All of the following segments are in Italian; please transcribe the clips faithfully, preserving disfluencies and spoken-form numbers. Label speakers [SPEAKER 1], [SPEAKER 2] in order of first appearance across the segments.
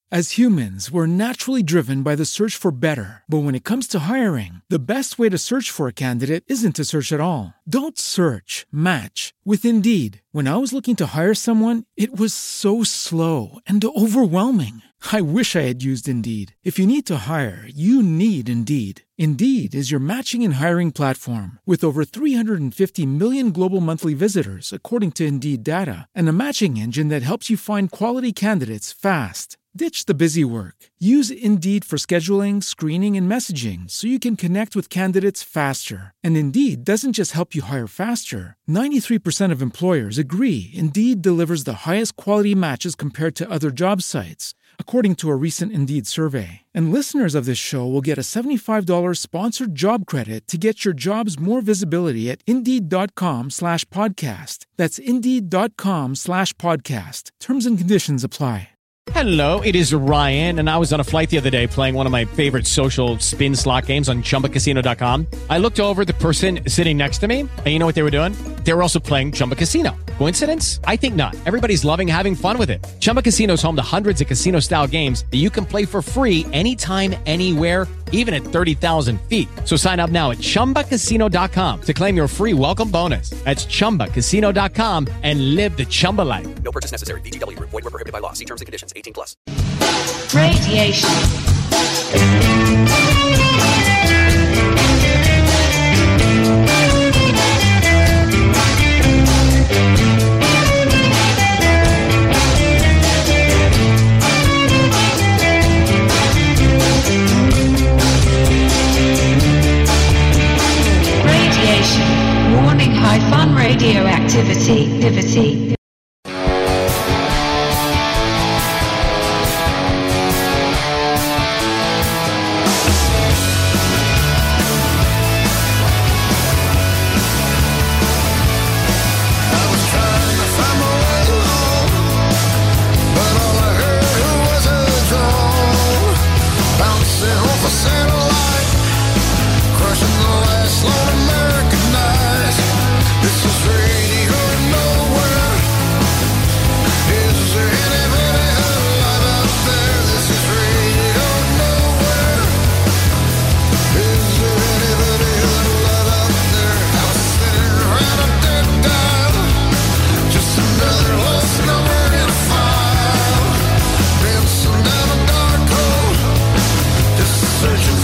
[SPEAKER 1] As humans, we're naturally driven by the search for better. But when it comes to hiring, the best way to search for a candidate isn't to search at all. Don't search, match with Indeed. When I was looking to hire someone, it was so slow and overwhelming. I wish I had used Indeed. If you need to hire, you need Indeed. Indeed is your matching and hiring platform with over three hundred fifty million global monthly visitors, according to Indeed data, and a matching engine that helps you find quality candidates fast. Ditch the busy work. Use Indeed for scheduling, screening, and messaging so you can connect with candidates faster. And Indeed doesn't just help you hire faster. ninety-three percent of employers agree Indeed delivers the highest quality matches compared to other job sites, according to a recent Indeed survey. And listeners of this show will get a seventy-five dollars sponsored job credit to get your jobs more visibility at Indeed.com slash podcast. That's Indeed.com slash podcast. Terms and conditions apply.
[SPEAKER 2] Hello, it is Ryan, and I was on a flight the other day playing one of my favorite social spin slot games on Chumba Casino dot com. I looked over at the person sitting next to me, and you know what they were doing? They were also playing Chumba Casino. Coincidence? I think not. Everybody's loving having fun with it. Chumba Casino is home to hundreds of casino-style games that you can play for free anytime, anywhere, even at thirty thousand feet. So sign up now at Chumba Casino dot com to claim your free welcome bonus. That's Chumba Casino dot com and live the Chumba life.
[SPEAKER 3] No purchase necessary. V G W. Void where prohibited by law. See terms and conditions. eighteen plus.
[SPEAKER 4] Radiation. Radiation. Warning: high fun radioactivity. Activity.
[SPEAKER 5] Searching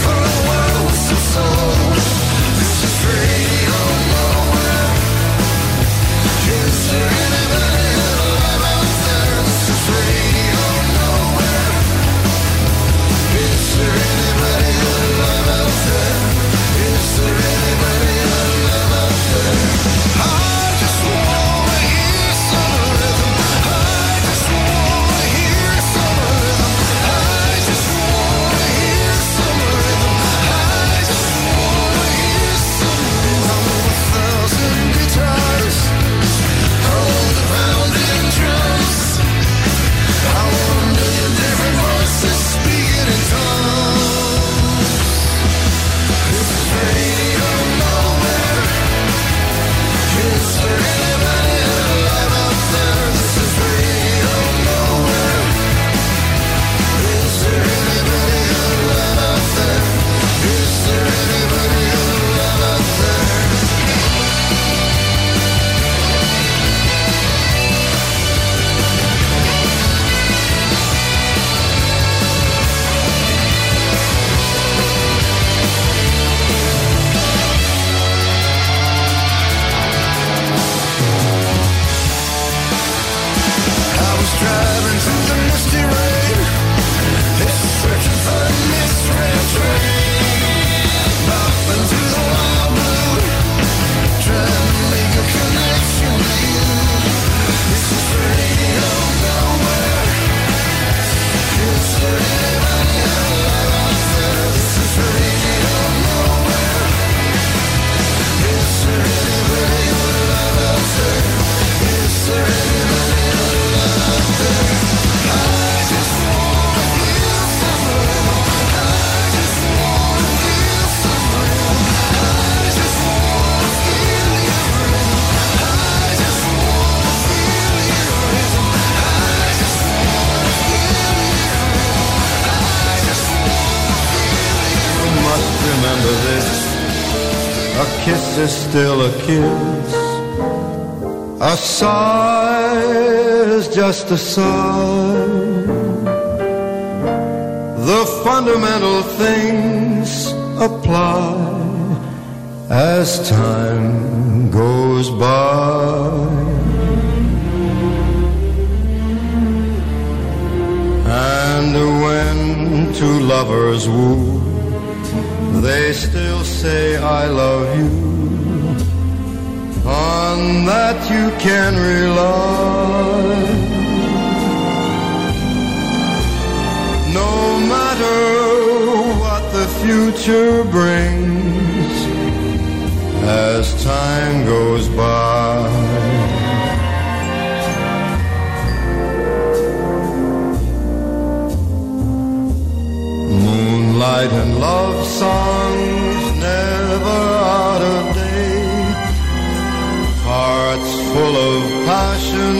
[SPEAKER 5] A kiss is still a kiss. A sigh is just a sigh. The fundamental things apply as time goes by. And when two lovers woo, they still say I love you. On that you can rely. No matter what the future brings, as time goes by. Moonlight and love songs never out of date. Hearts full of passion,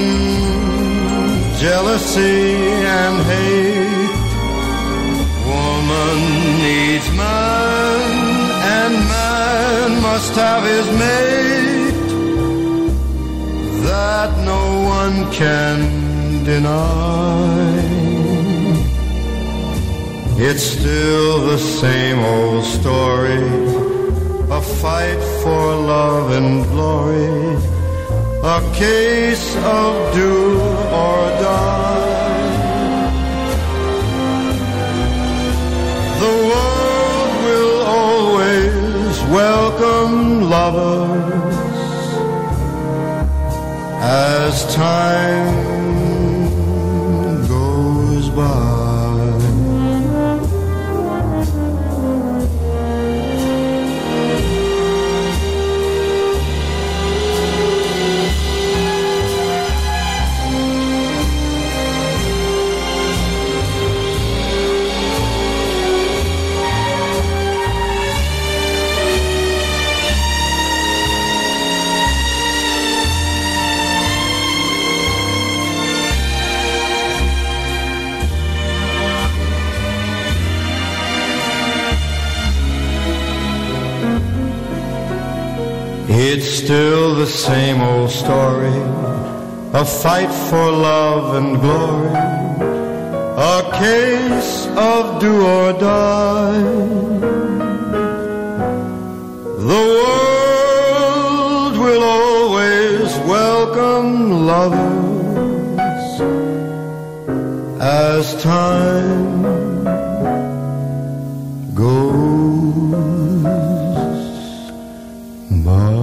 [SPEAKER 5] jealousy and hate. Woman needs man, and man must have his mate. That no one can deny. It's still the same old story, a fight for love and glory, a case of do or die. The world will always welcome lovers as time goes by. It's still the same old story, a fight for love and glory, a case of do or die. The world will always welcome lovers as time goes by.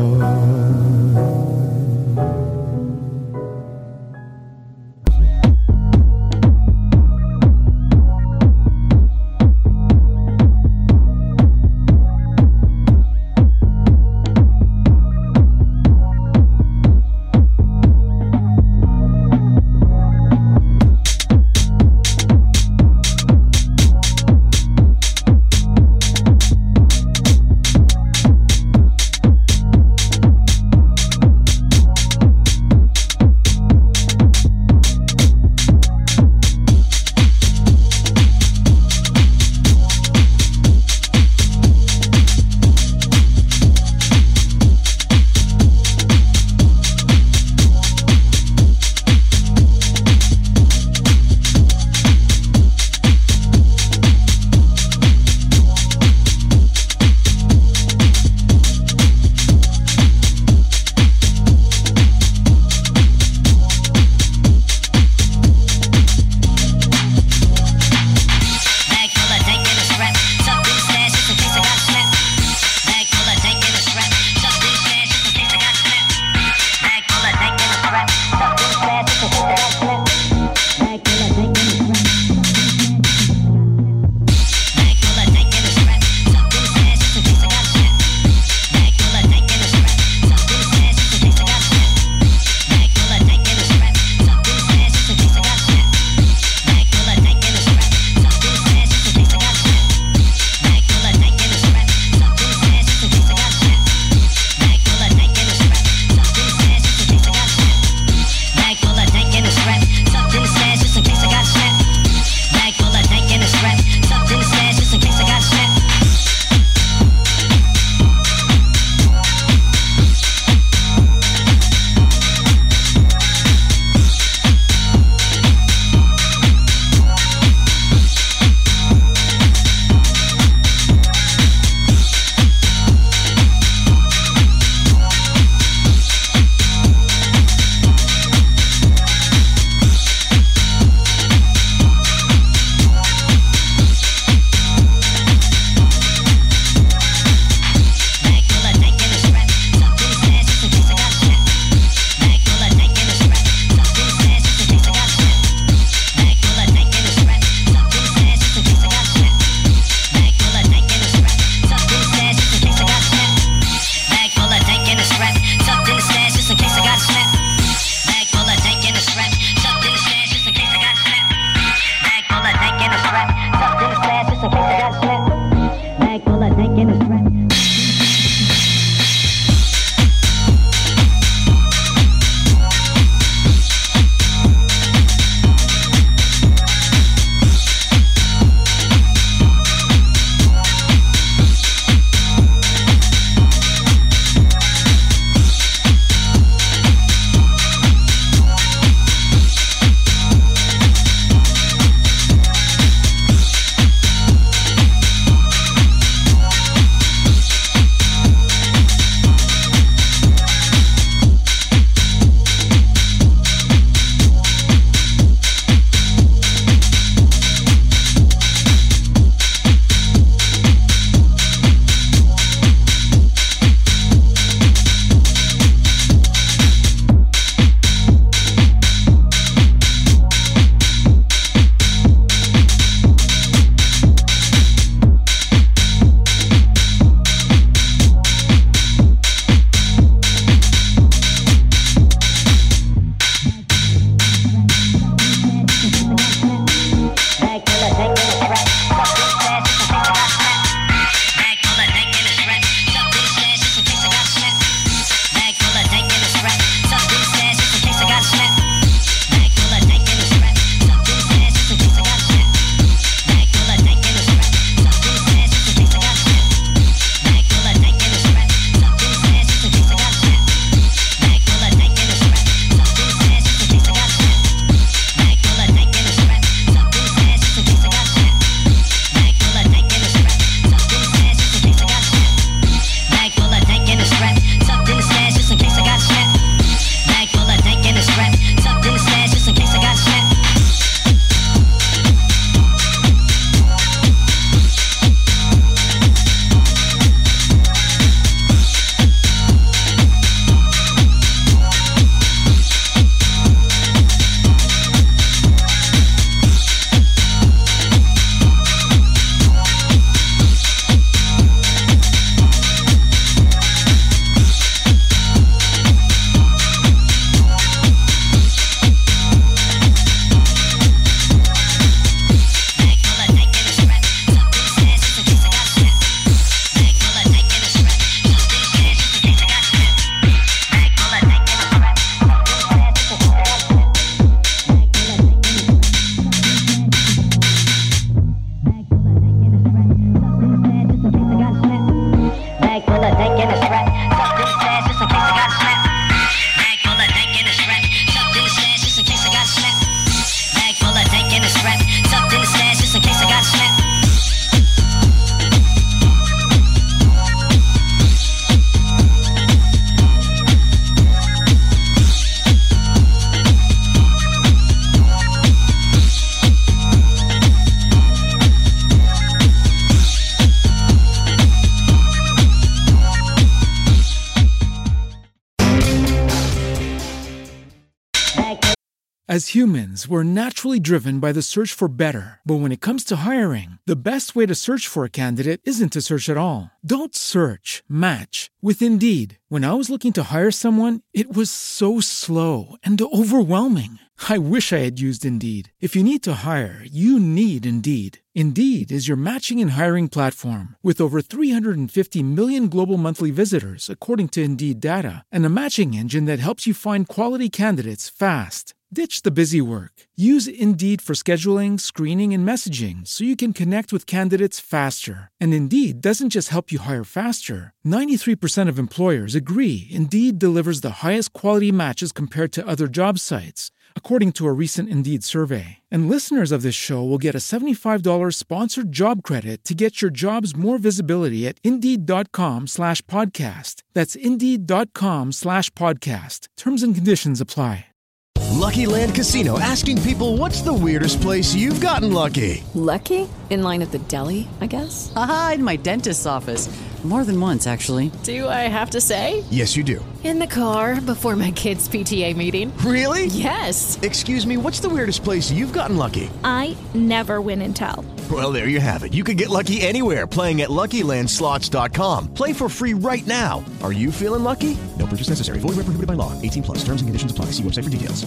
[SPEAKER 1] As humans, we're naturally driven by the search for better. But when it comes to hiring, the best way to search for a candidate isn't to search at all. Don't search, match with Indeed. When I was looking to hire someone, it was so slow and overwhelming. I wish I had used Indeed. If you need to hire, you need Indeed. Indeed is your matching and hiring platform with over three hundred fifty million global monthly visitors, according to Indeed data, and a matching engine that helps you find quality candidates fast. Ditch the busy work. Use Indeed for scheduling, screening, and messaging so you can connect with candidates faster. And Indeed doesn't just help you hire faster. ninety-three percent of employers agree Indeed delivers the highest quality matches compared to other job sites, according to a recent Indeed survey. And listeners of this show will get a seventy-five dollars sponsored job credit to get your jobs more visibility at Indeed.com slash podcast. That's Indeed.com slash podcast. Terms and conditions apply.
[SPEAKER 6] Lucky Land Casino, asking people, what's the weirdest place you've gotten lucky?
[SPEAKER 7] Lucky? In line at the deli, I guess?
[SPEAKER 8] Aha, in my dentist's office. More than once, actually.
[SPEAKER 7] Do I have to say?
[SPEAKER 6] Yes, you do.
[SPEAKER 7] In the car before my kids' P T A meeting.
[SPEAKER 6] Really?
[SPEAKER 7] Yes.
[SPEAKER 6] Excuse me, what's the weirdest place you've gotten lucky?
[SPEAKER 9] I never win and tell.
[SPEAKER 6] Well, there you have it. You can get lucky anywhere, playing at Lucky Land Slots dot com. Play for free right now. Are you feeling lucky? No purchase necessary. Void where prohibited by law. eighteen plus. Terms and conditions apply. See website for details.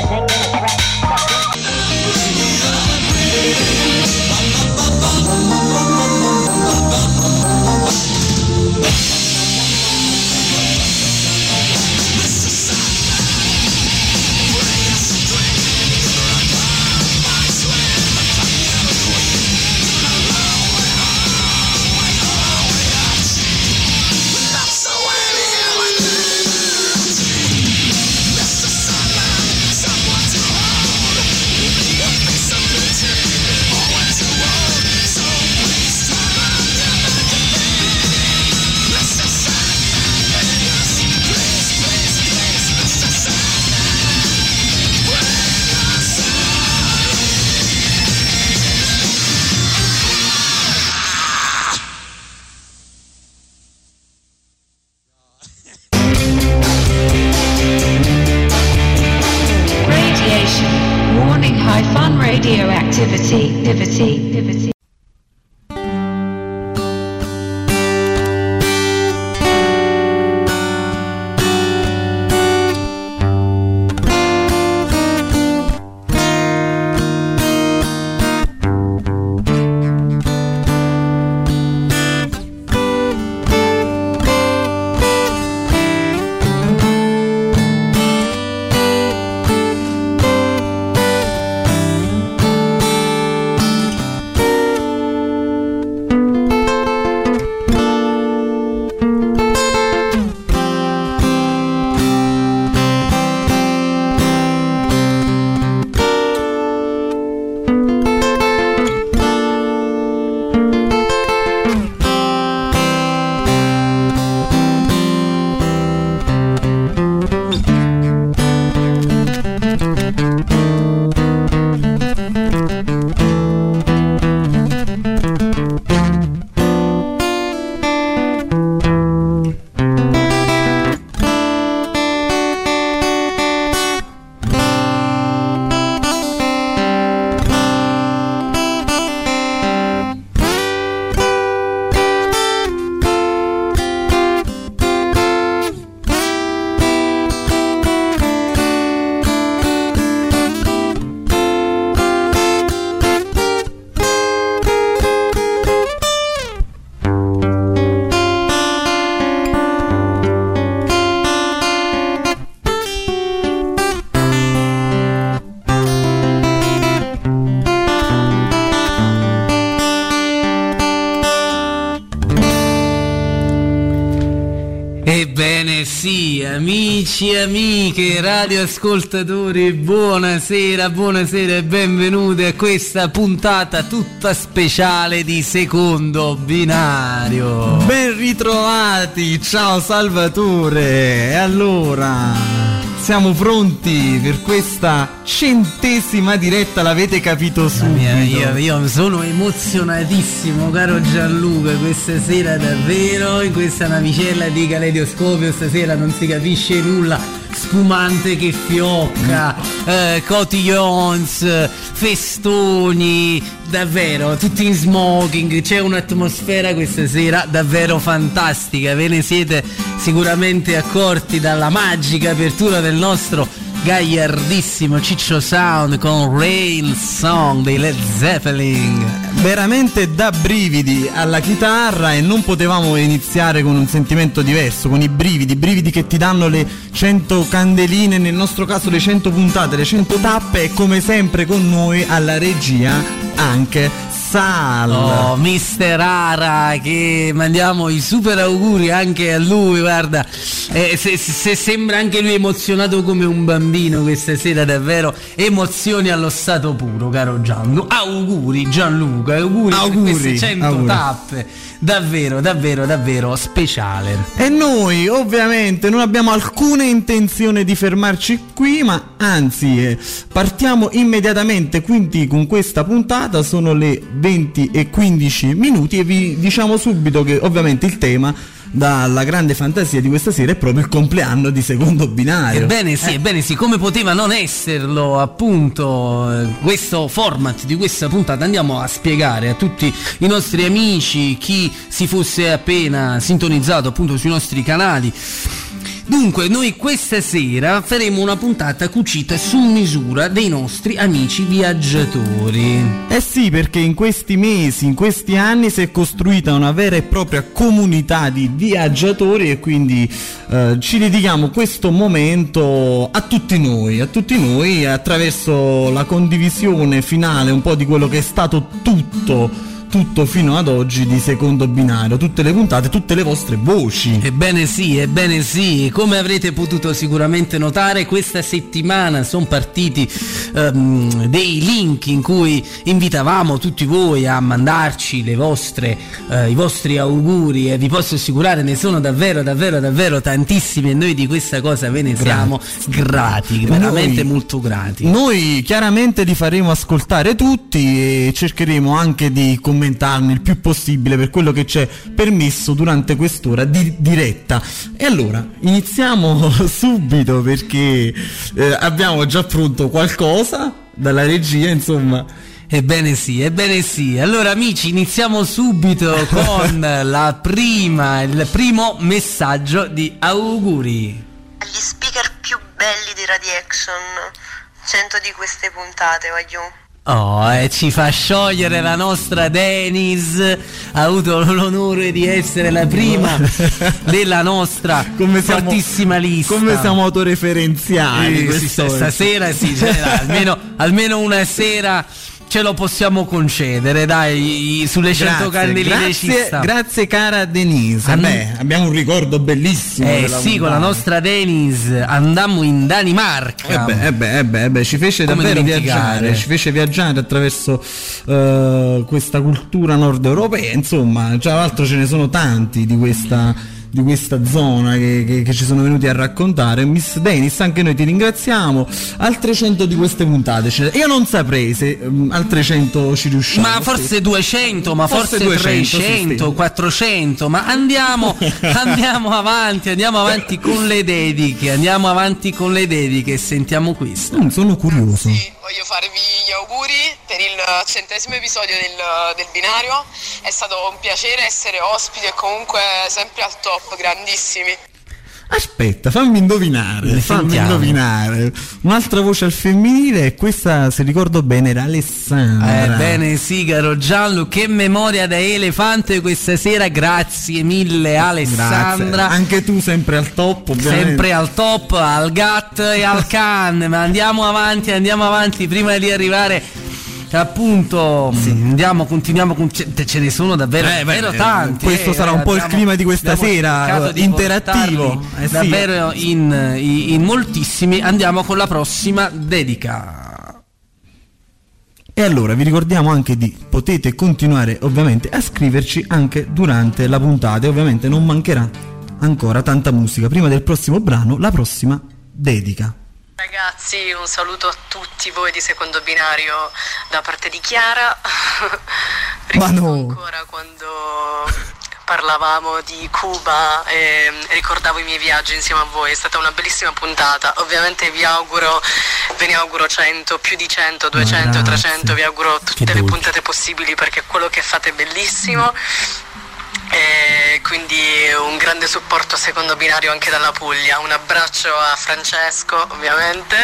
[SPEAKER 4] Radioactivity, activity, activity.
[SPEAKER 10] Ebbene sì, amici e amiche, radioascoltatori, buonasera, buonasera e benvenuti a questa puntata tutta speciale di Secondo Binario.
[SPEAKER 11] Ben ritrovati, ciao Salvatore. E allora, siamo pronti per questa centesima diretta, l'avete capito subito.
[SPEAKER 10] Mia, io, io sono emozionatissimo, caro Gianluca, questa sera davvero, in questa navicella di Caleidoscopio, stasera non si capisce nulla, spumante che fiocca, eh, cotillons, festoni, davvero tutti in smoking, c'è un'atmosfera questa sera davvero fantastica. Ve ne siete sicuramente accorti dalla magica apertura del nostro gagliardissimo Ciccio Sound con Rain Song dei Led Zeppelin.
[SPEAKER 11] Veramente da brividi alla chitarra, e non potevamo iniziare con un sentimento diverso, con i brividi, brividi che ti danno le cento candeline, nel nostro caso le cento puntate, le cento tappe, e come sempre con noi alla regia anche Sal.
[SPEAKER 10] Oh, mister Ara, che mandiamo i super auguri anche a lui, guarda, eh, se, se sembra anche lui emozionato come un bambino questa sera, davvero emozioni allo stato puro, caro Gianluca. Auguri Gianluca, auguri,
[SPEAKER 11] auguri
[SPEAKER 10] per queste cento
[SPEAKER 11] auguri.
[SPEAKER 10] tappe, davvero, davvero, davvero speciale.
[SPEAKER 11] E noi ovviamente non abbiamo alcuna intenzione di fermarci qui, ma anzi eh, partiamo immediatamente quindi con questa puntata. Sono le venti e quindici minuti e vi diciamo subito che ovviamente il tema, dalla grande fantasia di questa sera, è proprio il compleanno di Secondo Binario.
[SPEAKER 10] Ebbene sì,
[SPEAKER 11] eh.
[SPEAKER 10] ebbene sì, come poteva non esserlo, appunto, eh, questo format di questa puntata. Andiamo a spiegare a tutti i nostri amici, chi si fosse appena sintonizzato appunto sui nostri canali. Dunque, noi questa sera faremo una puntata cucita su misura dei nostri amici viaggiatori.
[SPEAKER 11] Eh sì, perché in questi mesi, in questi anni si è costruita una vera e propria comunità di viaggiatori, e quindi eh, ci dedichiamo questo momento a tutti noi, a tutti noi attraverso la condivisione finale un po' di quello che è stato tutto tutto fino ad oggi di Secondo Binario, tutte le puntate, tutte le vostre voci.
[SPEAKER 10] Ebbene sì, ebbene sì, come avrete potuto sicuramente notare, questa settimana sono partiti um, dei link in cui invitavamo tutti voi a mandarci le vostre, uh, i vostri auguri, e vi posso assicurare ne sono davvero davvero davvero tantissimi, e noi di questa cosa ve ne siamo grati, veramente
[SPEAKER 11] noi,
[SPEAKER 10] molto grati.
[SPEAKER 11] Noi chiaramente li faremo ascoltare tutti e cercheremo anche di commentare il più possibile per quello che c'è permesso durante quest'ora di diretta. E allora iniziamo subito, perché eh, abbiamo già pronto qualcosa dalla regia, insomma.
[SPEAKER 10] Ebbene sì, ebbene sì. Allora amici, iniziamo subito con la prima, il primo messaggio di auguri.
[SPEAKER 12] Agli speaker più belli di Radiaction, cento di queste puntate, voglio.
[SPEAKER 10] Oh, e ci fa sciogliere la nostra Denise. Ha avuto l'onore di essere la prima della nostra
[SPEAKER 11] come siamo,
[SPEAKER 10] fortissima lista.
[SPEAKER 11] Come siamo autoreferenziali,
[SPEAKER 10] eh, sì, stasera sì, cioè, almeno, almeno una sera ce lo possiamo concedere, dai, sulle cento candeline ci sta.
[SPEAKER 11] Grazie cara Denise.
[SPEAKER 10] An-
[SPEAKER 11] Beh, abbiamo un ricordo bellissimo.
[SPEAKER 10] Eh sì, con la nostra Denise andammo in Danimarca.
[SPEAKER 11] Eh beh, eh beh, eh beh, eh beh, ci fece
[SPEAKER 10] Come
[SPEAKER 11] davvero
[SPEAKER 10] dimenticare?
[SPEAKER 11] viaggiare, ci fece viaggiare attraverso uh, questa cultura nord europea, insomma, tra l'altro ce ne sono tanti di questa di questa zona che, che, che ci sono venuti a raccontare. Miss Dennis, anche noi ti ringraziamo. Altre cento di queste puntate, io non saprei se um, altre cento ci riusciamo,
[SPEAKER 10] ma forse duecento, ma forse, forse duecento, trecento, sì, quattrocento, ma andiamo andiamo avanti, andiamo avanti con le dediche, andiamo avanti con le dediche e sentiamo questo.
[SPEAKER 11] Mm, sono curioso.
[SPEAKER 13] Sì, voglio farvi gli auguri per il centesimo episodio del, del binario. È stato un piacere essere ospiti e comunque sempre al top, grandissimi.
[SPEAKER 11] Aspetta, fammi indovinare,
[SPEAKER 10] Le
[SPEAKER 11] fammi
[SPEAKER 10] sentiamo.
[SPEAKER 11] indovinare. Un'altra voce al femminile, e questa, se ricordo bene, era Alessandra.
[SPEAKER 10] Ebbene sì, caro Gianlu, che memoria da elefante questa sera, grazie mille Alessandra.
[SPEAKER 11] Grazie. Anche tu sempre al top, ovviamente.
[SPEAKER 10] Sempre al top, al gat e al can. Ma andiamo avanti, andiamo avanti, prima di arrivare appunto, sì. andiamo, continuiamo con, ce, ce ne sono davvero, eh, davvero beh, tanti.
[SPEAKER 11] Questo
[SPEAKER 10] eh,
[SPEAKER 11] sarà un po' il clima di questa sera, interattivo, eh,
[SPEAKER 10] davvero
[SPEAKER 11] sì.
[SPEAKER 10] in, in, in moltissimi. Andiamo con la prossima dedica.
[SPEAKER 11] E allora vi ricordiamo anche di potete continuare ovviamente a scriverci anche durante la puntata, e ovviamente non mancherà ancora tanta musica. Prima del prossimo brano, la prossima dedica.
[SPEAKER 14] Ragazzi, un saluto a tutti voi di Secondo Binario da parte di Chiara.
[SPEAKER 11] Ma no.
[SPEAKER 14] Ancora quando parlavamo di Cuba e ricordavo i miei viaggi insieme a voi. È stata una bellissima puntata. Ovviamente vi auguro, ve ne auguro cento, più di cento, duecento, trecento, vi auguro tutte le puntate possibili perché quello che fate è bellissimo. E quindi un grande supporto a Secondo Binario anche dalla Puglia. Un abbraccio a Francesco, ovviamente,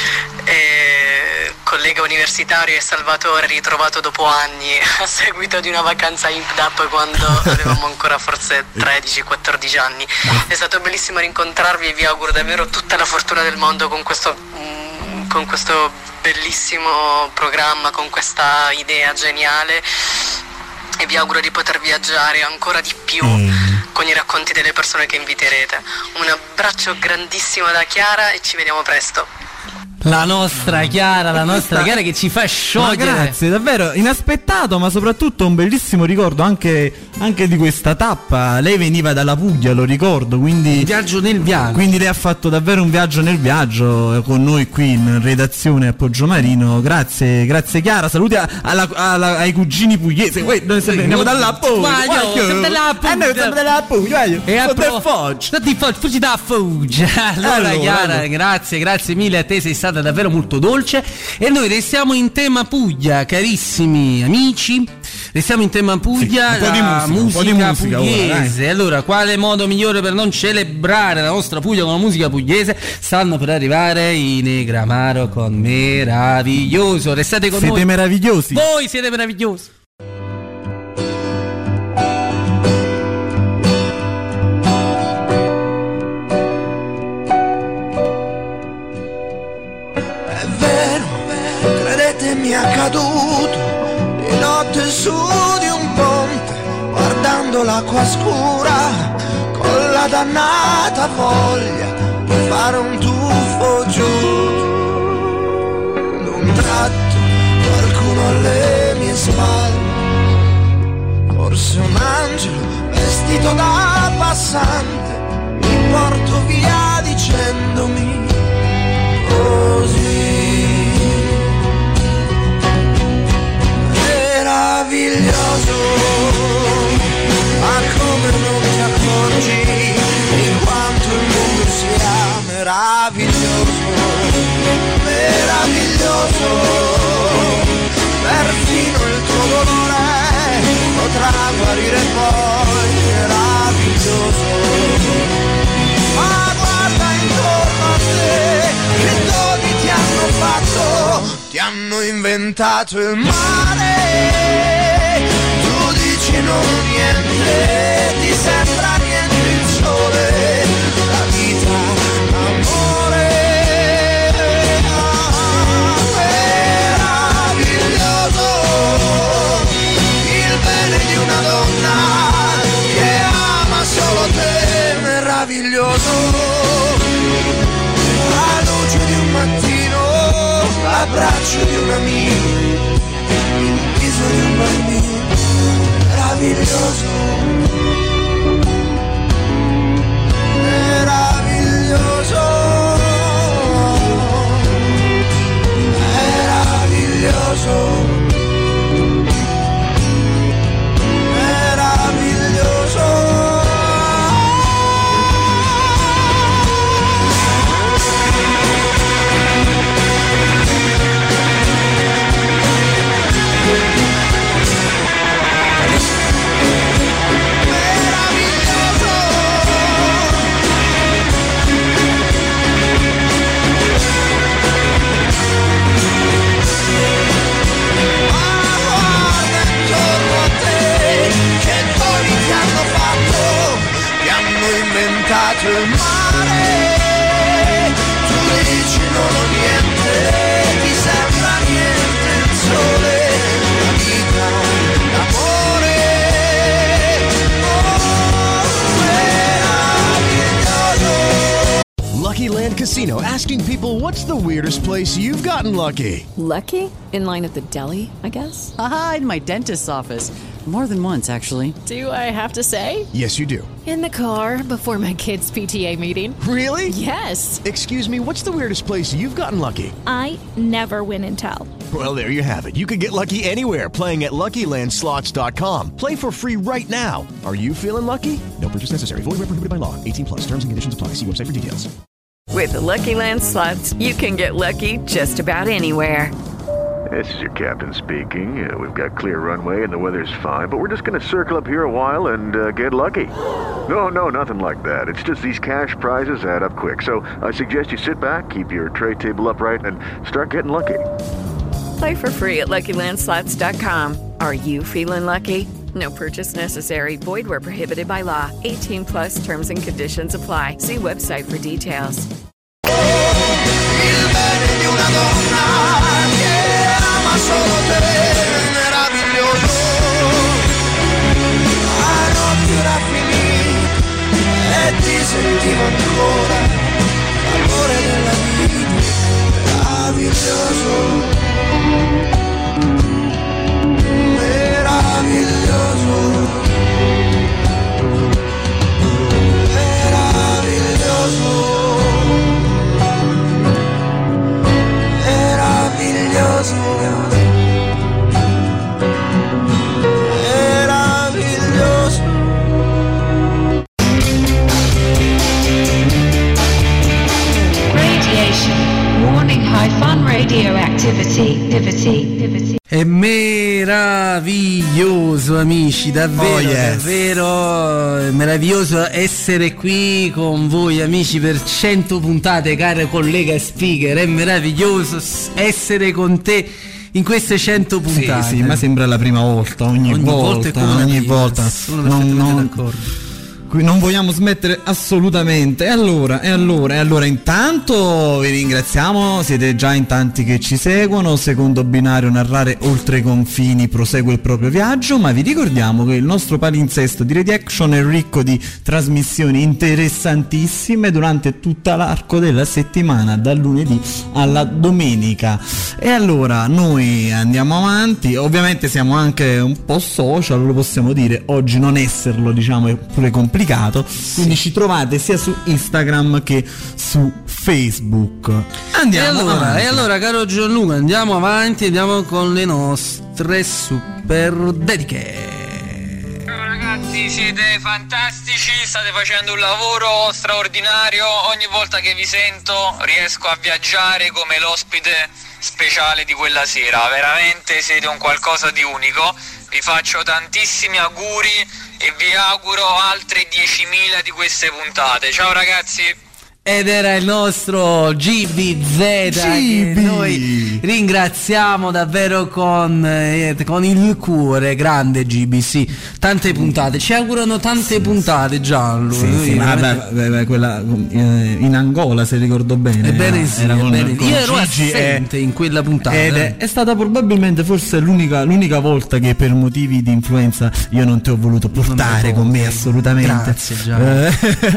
[SPEAKER 14] e collega universitario, e Salvatore, ritrovato dopo anni a seguito di una vacanza I P D A P quando avevamo ancora forse tredici quattordici anni. È stato bellissimo rincontrarvi e vi auguro davvero tutta la fortuna del mondo con questo con questo bellissimo programma, con questa idea geniale. E vi auguro di poter viaggiare ancora di più mm. con i racconti delle persone che inviterete. Un abbraccio grandissimo da Chiara e ci vediamo presto.
[SPEAKER 10] La nostra Chiara, la nostra Chiara che ci fa sciogliere.
[SPEAKER 11] Ma grazie, davvero inaspettato, ma soprattutto un bellissimo ricordo anche, anche di questa tappa. Lei veniva dalla Puglia, lo ricordo, quindi
[SPEAKER 10] un viaggio nel viaggio.
[SPEAKER 11] Quindi lei ha fatto davvero un viaggio nel viaggio con noi qui in redazione a Poggiomarino. Grazie, grazie Chiara. Saluti a, alla, alla, ai cugini pugliesi. Poi noi veniamo dalla Puglia.
[SPEAKER 10] Siamo dalla Puglia.
[SPEAKER 11] Eh, noi siamo dalla Puglia.
[SPEAKER 10] E a pro- Foggia. Fuggi da Foggia. Allora, allora Chiara, allora. grazie, grazie mille a te, sei stata davvero molto dolce. E noi restiamo in tema Puglia, carissimi amici. Restiamo in tema Puglia,
[SPEAKER 11] sì,
[SPEAKER 10] la
[SPEAKER 11] musica,
[SPEAKER 10] musica,
[SPEAKER 11] musica
[SPEAKER 10] pugliese.
[SPEAKER 11] ora,
[SPEAKER 10] allora, quale modo migliore per non celebrare la nostra Puglia con la musica pugliese? Stanno per arrivare i Negramaro con Meraviglioso. Restate con
[SPEAKER 11] siete
[SPEAKER 10] noi.
[SPEAKER 11] Siete meravigliosi.
[SPEAKER 10] Voi siete meravigliosi.
[SPEAKER 15] Mi è accaduto di notte su di un ponte, guardando l'acqua scura, con la dannata voglia di fare un tuffo giù. D'un tratto qualcuno alle mie spalle, forse un angelo vestito da passante, mi porto via dicendomi così. Meraviglioso, ma come non ti accorgi di quanto il mondo sia meraviglioso, meraviglioso, perfino il tuo dolore potrà guarire poi, meraviglioso, ma guarda intorno a te, che doni ti hanno fatto, ti hanno inventato il mare. Tu dici non niente, ti sembra niente il sole, la vita, l'amore. Ah, meraviglioso, il bene di una donna che ama solo te, meraviglioso, la luce di un mattino, l'abbraccio di un amico, il viso di un bambino, meraviglioso, meraviglioso, meraviglioso, meraviglioso. Inventato il mare, tu dici non ho niente, ti sembra niente il sole, la vita, l'amore, oh, meraviglioso.
[SPEAKER 6] Lucky Land Casino, asking people, what's the weirdest place you've gotten lucky?
[SPEAKER 7] Lucky? In line at the deli, I guess?
[SPEAKER 8] Aha, in my dentist's office. More than once, actually.
[SPEAKER 7] Do I have to say?
[SPEAKER 6] Yes, you do.
[SPEAKER 7] In the car before my kids' P T A meeting.
[SPEAKER 6] Really?
[SPEAKER 7] Yes.
[SPEAKER 6] Excuse me, what's the weirdest place you've gotten lucky?
[SPEAKER 9] I never win and tell.
[SPEAKER 6] Well, there you have it. You can get lucky anywhere, playing at Lucky Land Slots dot com. Play for free right now. Are you feeling lucky? No purchase necessary. Void where prohibited by law. eighteen plus. Terms and conditions apply. See website for details.
[SPEAKER 16] With the Lucky Land Slots, you can get lucky just about anywhere.
[SPEAKER 17] This is your captain speaking. Uh, we've got clear runway and the weather's fine, but we're just going to circle up here a while and uh, get lucky. No, no, nothing like that. It's just these cash prizes add up quick. So I suggest you sit back, keep your tray table upright, and start getting lucky.
[SPEAKER 16] Play for free at Lucky Land Slots dot com. Are you feeling lucky? No purchase necessary. Void where prohibited by law. eighteen plus terms and conditions apply. See website for details.
[SPEAKER 15] Il bene di una donna che ama solo te, meraviglioso. A notti era finita e ti sentivo ancora l'amore della vita, meraviglioso. Meraviglioso, meraviglioso, meraviglioso, meraviglioso.
[SPEAKER 4] Radiation. Warning, high fun radioactivity. Activity. Activity.
[SPEAKER 10] È meraviglioso, amici, davvero,
[SPEAKER 11] oh, yes.
[SPEAKER 10] davvero è meraviglioso essere qui con voi, amici, per cento puntate, caro collega speaker. È meraviglioso essere con te in queste cento puntate.
[SPEAKER 11] Sì, sì, ma sembra la prima volta, ogni, ogni volta, volta ogni volta.
[SPEAKER 10] Sono perfettamente non, non... d'accordo.
[SPEAKER 11] Non vogliamo smettere assolutamente. E allora, e allora, e allora intanto vi ringraziamo, siete già in tanti che ci seguono. Secondo binario, narrare oltre i confini prosegue il proprio viaggio, ma vi ricordiamo che il nostro palinsesto di Reaction è ricco di trasmissioni interessantissime durante tutta l'arco della settimana, dal lunedì alla domenica. E allora noi andiamo avanti, ovviamente siamo anche un po' social, lo possiamo dire, oggi non esserlo, diciamo, è pure complicato. Quindi sì, ci trovate sia su Instagram che su Facebook. Andiamo
[SPEAKER 10] e allora,
[SPEAKER 11] avanti.
[SPEAKER 10] E allora, caro Gianluca, andiamo avanti, andiamo con le nostre super dediche.
[SPEAKER 18] Ciao ragazzi, siete fantastici, state facendo un lavoro straordinario. Ogni volta che vi sento riesco a viaggiare come l'ospite speciale di quella sera. Veramente siete un qualcosa di unico. Vi faccio tantissimi auguri e vi auguro altre diecimila di queste puntate. Ciao ragazzi.
[SPEAKER 10] Ed era il nostro G B Z che noi ringraziamo davvero con, eh, con il cuore. Grande G B, sì, tante puntate, ci augurano tante sì, puntate Gianlu.
[SPEAKER 11] Sì, sì, sì, ma vabbè, vabbè, quella eh, in Angola, se ricordo bene.
[SPEAKER 10] Ebbene sì,
[SPEAKER 11] era con,
[SPEAKER 10] ebbene.
[SPEAKER 11] Con
[SPEAKER 10] io ero
[SPEAKER 11] Gigi
[SPEAKER 10] assente
[SPEAKER 11] è,
[SPEAKER 10] in quella puntata.
[SPEAKER 11] Ed è, è stata probabilmente forse l'unica, l'unica volta che per motivi di influenza io non ti ho voluto portare con me, assolutamente.
[SPEAKER 10] Grazie Gianlu.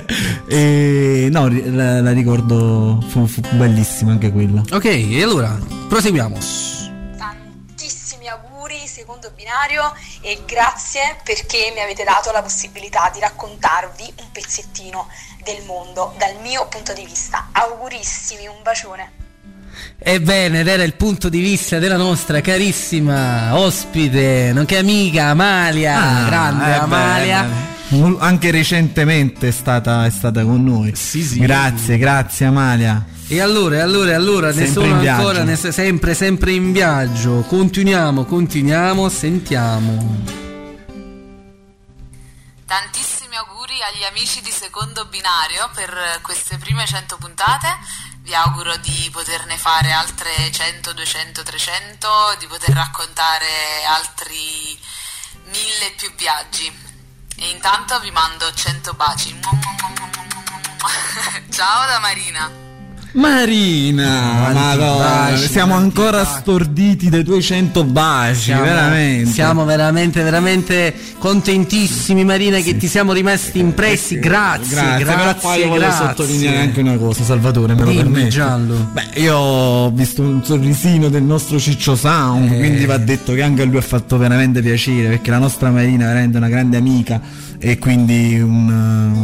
[SPEAKER 11] E no, La, la ricordo, fu, fu bellissima anche quella.
[SPEAKER 10] Ok, e allora proseguiamo.
[SPEAKER 19] Tantissimi auguri, secondo binario, e grazie perché mi avete dato la possibilità di raccontarvi un pezzettino del mondo dal mio punto di vista. Augurissimi, un bacione.
[SPEAKER 10] Ebbene, ed era il punto di vista della nostra carissima ospite, nonché amica Amalia. Ah, grande eh Amalia.
[SPEAKER 11] Beh, beh. Anche recentemente è stata, è stata con noi.
[SPEAKER 10] Sì, sì.
[SPEAKER 11] Grazie, grazie Amalia.
[SPEAKER 10] E allora, allora, allora, ne sono ancora, ne so, sempre, sempre in viaggio. Continuiamo, continuiamo, sentiamo.
[SPEAKER 20] Tantissimi auguri agli amici di Secondo Binario per queste prime cento puntate. Vi auguro di poterne fare altre cento, duecento, trecento, di poter raccontare altri mille più viaggi. E intanto vi mando cento baci. Ciao da Marina.
[SPEAKER 11] Marina, Madonna, baci, siamo ancora baci. storditi dai tuoi cento baci, siamo, veramente.
[SPEAKER 10] Siamo veramente, veramente contentissimi, Marina, che sì. ti siamo rimasti impressi. Eh, grazie, grazie. Grazie,
[SPEAKER 11] però poi io voglio sottolineare anche una cosa, Salvatore, me lo permetti?
[SPEAKER 10] Giallo.
[SPEAKER 11] Beh, io ho visto un sorrisino del nostro Ciccio Sound, eh. quindi va detto che anche a lui ha fatto veramente piacere, perché la nostra Marina è veramente una grande amica e quindi un...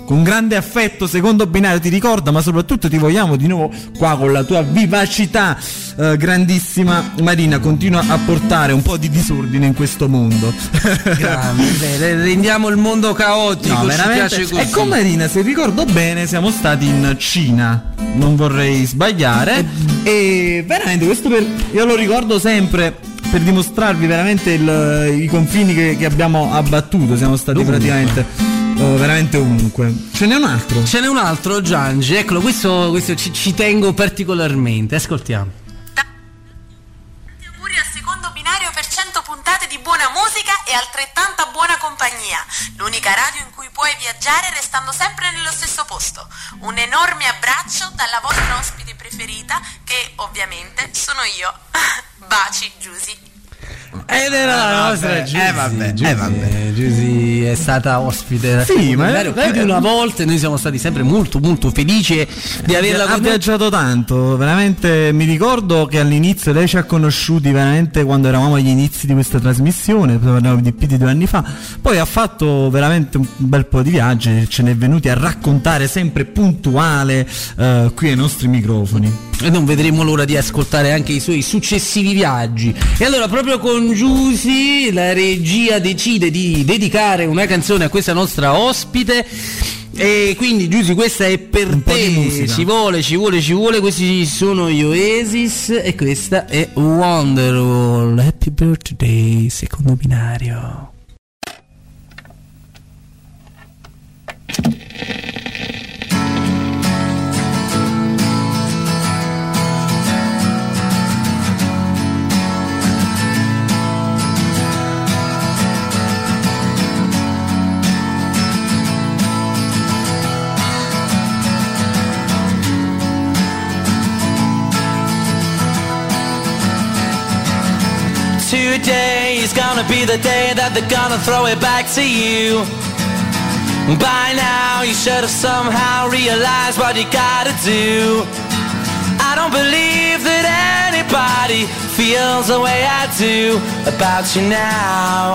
[SPEAKER 11] con grande affetto Secondo Binario ti ricorda, ma soprattutto ti vogliamo di nuovo qua con la tua vivacità eh, grandissima. Marina, continua a portare un po' di disordine in questo mondo.
[SPEAKER 10] Grande, rendiamo il mondo caotico.
[SPEAKER 11] No,
[SPEAKER 10] ci
[SPEAKER 11] veramente.
[SPEAKER 10] piace così.
[SPEAKER 11] E con Marina, se ricordo bene, siamo stati in Cina, non vorrei sbagliare, e veramente questo per, io lo ricordo sempre per dimostrarvi veramente il, i confini che, che abbiamo abbattuto. Siamo stati ovunque. praticamente oh, veramente ovunque. Ce n'è un altro?
[SPEAKER 10] Ce n'è un altro, Giangi, eccolo, questo, questo ci, ci tengo particolarmente, ascoltiamo.
[SPEAKER 20] Auguri al Secondo Binario per cento puntate di buona musica e altrettanta buona compagnia. L'unica radio in cui puoi viaggiare restando sempre nello stesso posto. Un enorme abbraccio dalla vostra ospite preferita, che ovviamente sono io. Baci, Giusy.
[SPEAKER 10] Ed era la
[SPEAKER 11] Ah,
[SPEAKER 10] nostra
[SPEAKER 11] vabbè,
[SPEAKER 10] Giusy.
[SPEAKER 11] eh, vabbè,
[SPEAKER 10] Giusy,
[SPEAKER 11] eh, vabbè.
[SPEAKER 10] Giusy è stata ospite
[SPEAKER 11] Sì, ma
[SPEAKER 10] Binario più di una volta e noi siamo stati sempre molto molto felici di averla
[SPEAKER 11] ha
[SPEAKER 10] con noi.
[SPEAKER 11] viaggiato tanto, veramente. Mi ricordo che all'inizio lei ci ha conosciuti veramente quando eravamo agli inizi di questa trasmissione, parliamo di più di due anni fa. Poi ha fatto veramente un bel po' di viaggi, ce n'è venuti a raccontare sempre puntuale eh, qui ai nostri microfoni.
[SPEAKER 10] E non vedremo l'ora di ascoltare anche i suoi successivi viaggi. E allora proprio con Giusy la regia decide di dedicare una canzone a questa nostra ospite. E quindi Giusy, questa è per
[SPEAKER 11] un
[SPEAKER 10] te.
[SPEAKER 11] Po' di musica.
[SPEAKER 10] Ci vuole, ci vuole, ci vuole. Questi sono gli Oasis e questa è Wonderwall. Happy birthday, Secondo Binario.
[SPEAKER 21] Today is gonna be the day that they're gonna throw it back to you. By now you should have somehow realized what you gotta do. I don't believe that anybody feels the way I do about you now.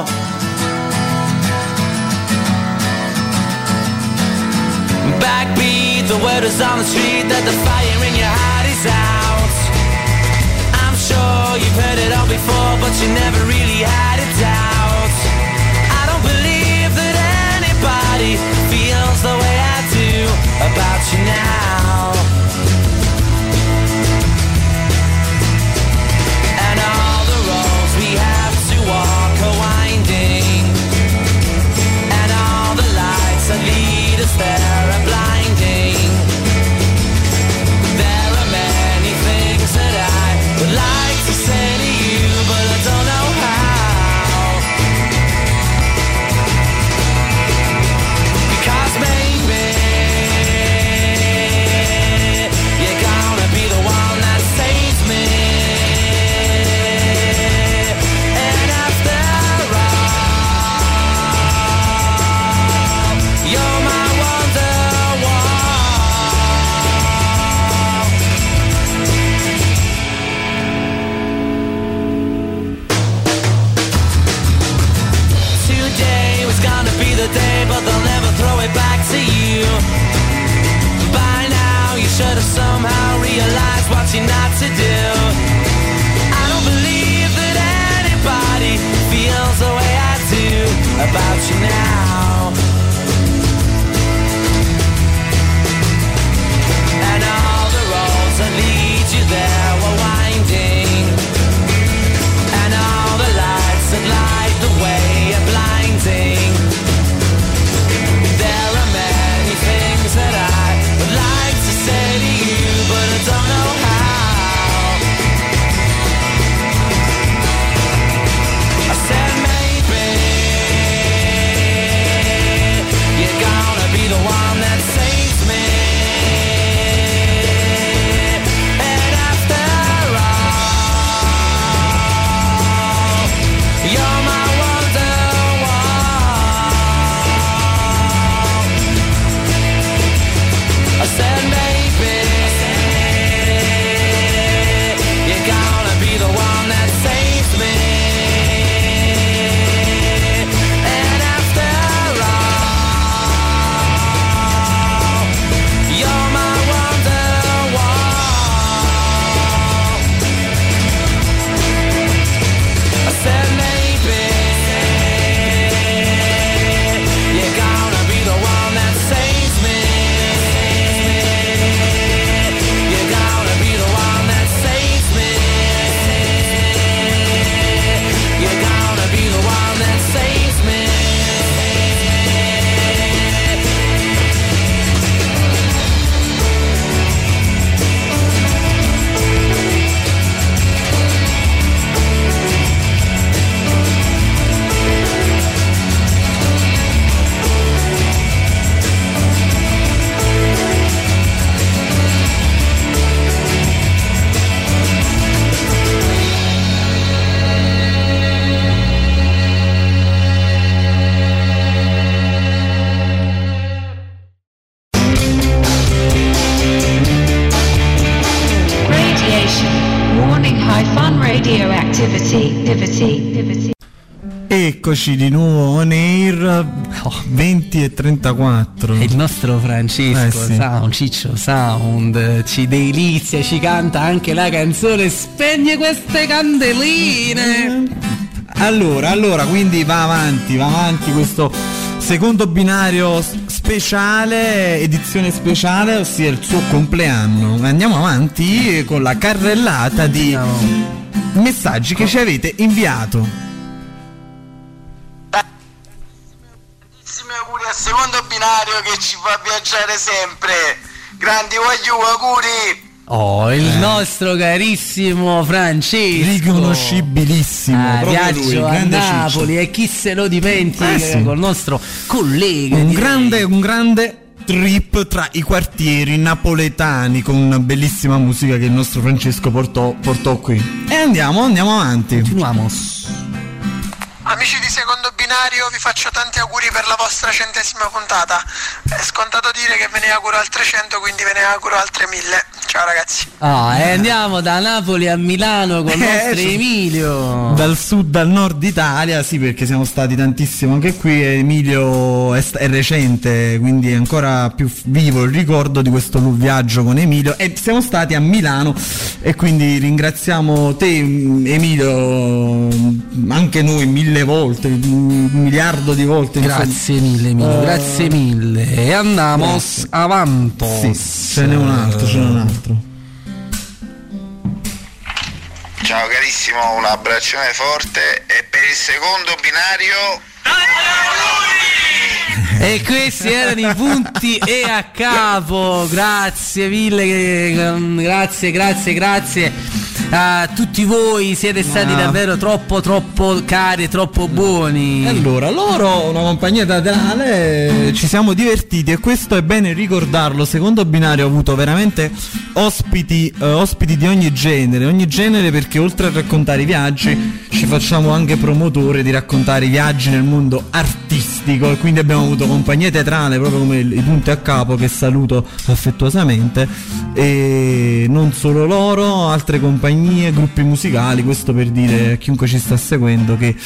[SPEAKER 21] Backbeat, the word is on the street that the fire in your heart is out. I'm sure you've heard it all before, but you never really had a doubt. I don't believe that anybody feels the way I do about you now. And all the roads we have to walk are winding, and all the lights that lead us there are blinding. There are many things that I would like to say to you, but I don't know how. Because maybe you're gonna be the one that saves me. And after all, you're my Wonderwall. Today was gonna be the day, but they'll never throw it back to you. By now you should have somehow realized what you're not to do. I don't believe that anybody feels the way I do about you now. And all the roads that lead you there were winding, and all the lights that light the way are blinding. There are many things that I would like to say to you, but I don't know how. I said maybe you're gonna be the one that saves me. And after all, you're my Wonderwall.
[SPEAKER 11] Eccoci di nuovo on air, oh, venti e trentaquattro.
[SPEAKER 10] E il nostro Francesco
[SPEAKER 11] eh sì.
[SPEAKER 10] Sound, Ciccio Sound, ci delizia, ci canta anche la canzone Spegne queste candeline.
[SPEAKER 11] Allora, allora, quindi va avanti, va avanti questo secondo binario speciale, edizione speciale, ossia il suo compleanno. Andiamo avanti con la carrellata di messaggi che ci avete inviato.
[SPEAKER 2] Auguri al secondo binario che ci fa viaggiare sempre. Grandi voglio auguri.
[SPEAKER 10] Oh, il
[SPEAKER 11] eh.
[SPEAKER 10] nostro carissimo Francesco,
[SPEAKER 11] riconoscibilissimo,
[SPEAKER 10] ah, viaggio
[SPEAKER 11] lui,
[SPEAKER 10] a Napoli
[SPEAKER 11] Ciccio.
[SPEAKER 10] E chi se lo dimentica,
[SPEAKER 11] eh sì.
[SPEAKER 10] Col nostro collega,
[SPEAKER 11] un
[SPEAKER 10] direi.
[SPEAKER 11] grande, un grande trip tra i quartieri napoletani con una bellissima musica che il nostro Francesco portò, portò qui. E andiamo, andiamo avanti.
[SPEAKER 10] Continuiamo.
[SPEAKER 2] Amici di secondo binario, vi faccio tanti auguri per la vostra centesima puntata. È scontato dire che ve ne auguro altre cento, quindi ve ne auguro altre mille. Ciao ragazzi.
[SPEAKER 10] Ah, e andiamo da Napoli a Milano con il nostro
[SPEAKER 11] Eh,
[SPEAKER 10] Emilio.
[SPEAKER 11] Dal sud al nord Italia, sì, perché siamo stati tantissimo anche qui. Emilio è, st- è recente, quindi è ancora più vivo il ricordo di questo viaggio con Emilio. E siamo stati a Milano e quindi ringraziamo te, Emilio, anche noi mille volte, un miliardo di volte.
[SPEAKER 10] Grazie mille Emilio,
[SPEAKER 11] uh,
[SPEAKER 10] grazie mille. E andiamo
[SPEAKER 11] grazie.
[SPEAKER 10] avanti.
[SPEAKER 11] Sì, ce n'è un altro, ce n'è un altro.
[SPEAKER 22] Ciao carissimo, un abbraccione forte e per il secondo binario
[SPEAKER 10] E questi erano i punti e a capo. Grazie mille, grazie, grazie, grazie a tutti voi, siete stati
[SPEAKER 11] ah.
[SPEAKER 10] davvero troppo troppo cari e troppo buoni.
[SPEAKER 11] E allora, loro, una compagnia teatrale, ci siamo divertiti e questo è bene ricordarlo. Secondo binario ha avuto veramente ospiti, eh, ospiti di ogni genere, ogni genere, perché oltre a raccontare i viaggi ci facciamo anche promotore di raccontare i viaggi nel mondo artistico, e quindi abbiamo avuto compagnia teatrale proprio come i punti a capo, che saluto affettuosamente, e non solo loro, altre compagnie, gruppi musicali. Questo per dire a chiunque ci sta seguendo che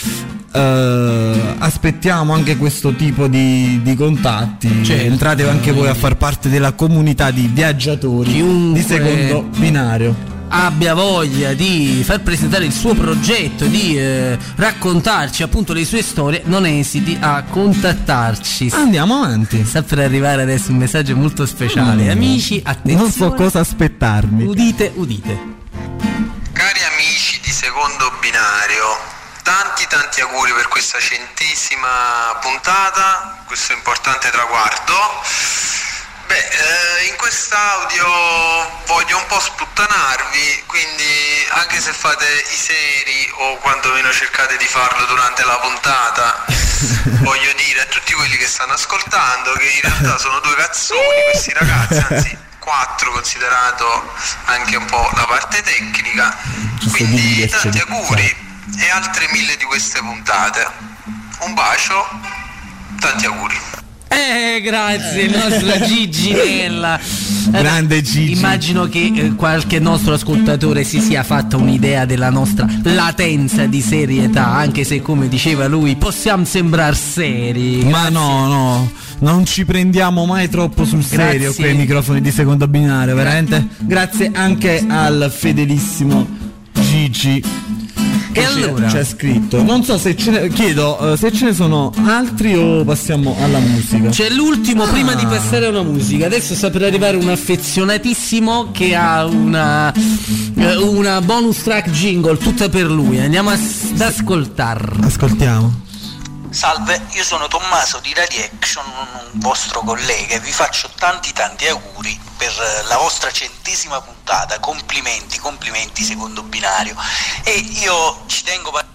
[SPEAKER 11] Uh, aspettiamo anche questo tipo di, di contatti, cioè, entrate anche voi a far parte della comunità di viaggiatori
[SPEAKER 10] chiunque
[SPEAKER 11] di secondo binario
[SPEAKER 10] abbia voglia di far presentare il suo progetto, di eh, raccontarci appunto le sue storie, non esiti a contattarci.
[SPEAKER 11] Andiamo avanti.
[SPEAKER 10] Sta per arrivare adesso un messaggio molto speciale. mm. Amici, attenzione,
[SPEAKER 11] non so cosa aspettarmi.
[SPEAKER 10] Udite, udite.
[SPEAKER 22] Cari amici di secondo binario, tanti tanti auguri per questa centesima puntata, questo importante traguardo. Beh, eh, in quest'audio voglio un po' sputtanarvi, quindi anche se fate i seri o quantomeno cercate di farlo durante la puntata, voglio dire a tutti quelli che stanno ascoltando che in realtà sono due cazzoni questi ragazzi, anzi quattro considerato anche un po' la parte tecnica, quindi tanti auguri e altre mille di queste puntate. Un bacio, tanti auguri.
[SPEAKER 10] Eh, grazie, il nostro Gigi Nella.
[SPEAKER 11] Grande Gigi.
[SPEAKER 10] Immagino che eh, qualche nostro ascoltatore si sia fatta un'idea della nostra latenza di serietà, anche se, come diceva lui, possiamo sembrare seri.
[SPEAKER 11] Ma no, no, non ci prendiamo mai troppo sul serio
[SPEAKER 10] Grazie.
[SPEAKER 11] quei microfoni di secondo binario, veramente. Grazie anche al fedelissimo Gigi.
[SPEAKER 10] E allora
[SPEAKER 11] c'è scritto, non so se ce ne, chiedo uh, se ce ne sono altri o passiamo alla musica.
[SPEAKER 10] C'è l'ultimo
[SPEAKER 11] ah.
[SPEAKER 10] prima di passare alla musica. Adesso sta per arrivare un affezionatissimo che ha una una bonus track jingle tutta per lui. Andiamo ad ascoltar.
[SPEAKER 11] Ascoltiamo.
[SPEAKER 23] Salve, io sono Tommaso di Radiaction, un vostro collega, e vi faccio tanti tanti auguri per la vostra centesima puntata. Complimenti, complimenti secondo binario. E io ci tengo par-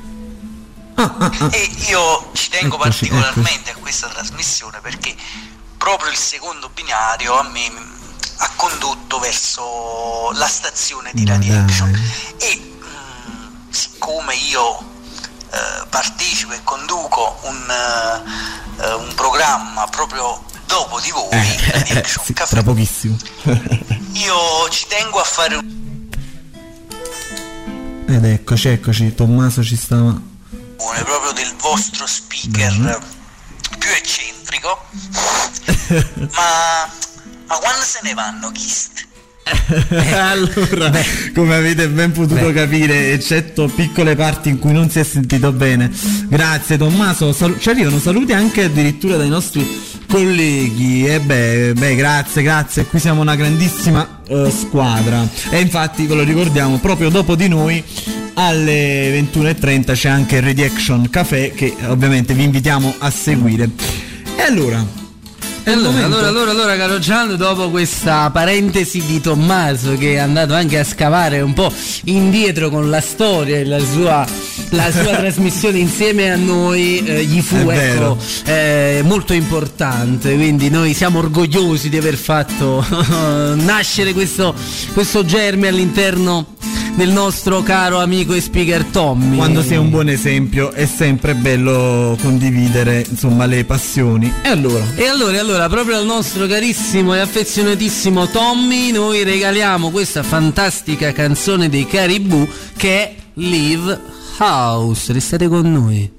[SPEAKER 11] ah, ah, ah.
[SPEAKER 23] e io ci tengo
[SPEAKER 11] eccoci,
[SPEAKER 23] particolarmente
[SPEAKER 11] eccoci.
[SPEAKER 23] a questa trasmissione perché proprio il secondo binario a me ha condotto verso la stazione di Radiaction. E mh, siccome io Uh, partecipo e conduco un, uh, uh, un programma proprio dopo di voi,
[SPEAKER 11] eh, eh, sì, tra pochissimo.
[SPEAKER 23] io ci tengo a fare un...
[SPEAKER 11] Ed eccoci, eccoci, Tommaso ci stava
[SPEAKER 23] proprio del vostro speaker
[SPEAKER 11] mm-hmm.
[SPEAKER 23] più eccentrico. ma, ma quando se ne vanno Kist?
[SPEAKER 11] Allora, come avete ben potuto Beh. capire, eccetto piccole parti in cui non si è sentito bene, grazie Tommaso. Sal- ci arrivano saluti anche addirittura dai nostri colleghi e beh, beh grazie grazie qui siamo una grandissima uh, squadra e infatti ve lo ricordiamo, proprio dopo di noi alle ventuno e trenta c'è anche il Reaction Café che ovviamente vi invitiamo a seguire. E allora
[SPEAKER 10] Allora, allora, allora, allora, caro Gian, dopo questa parentesi di Tommaso che è andato anche a scavare un po' indietro con la storia e la sua, la sua trasmissione insieme a noi, eh, gli fu ecco, eh, molto importante, quindi noi siamo orgogliosi di aver fatto nascere questo, questo germe all'interno del nostro caro amico e speaker Tommy.
[SPEAKER 11] Quando sei un buon esempio è sempre bello condividere insomma le passioni. E allora?
[SPEAKER 10] E allora, e allora proprio al nostro carissimo e affezionatissimo Tommy noi regaliamo questa fantastica canzone dei Caribou che è Live House. Restate con noi.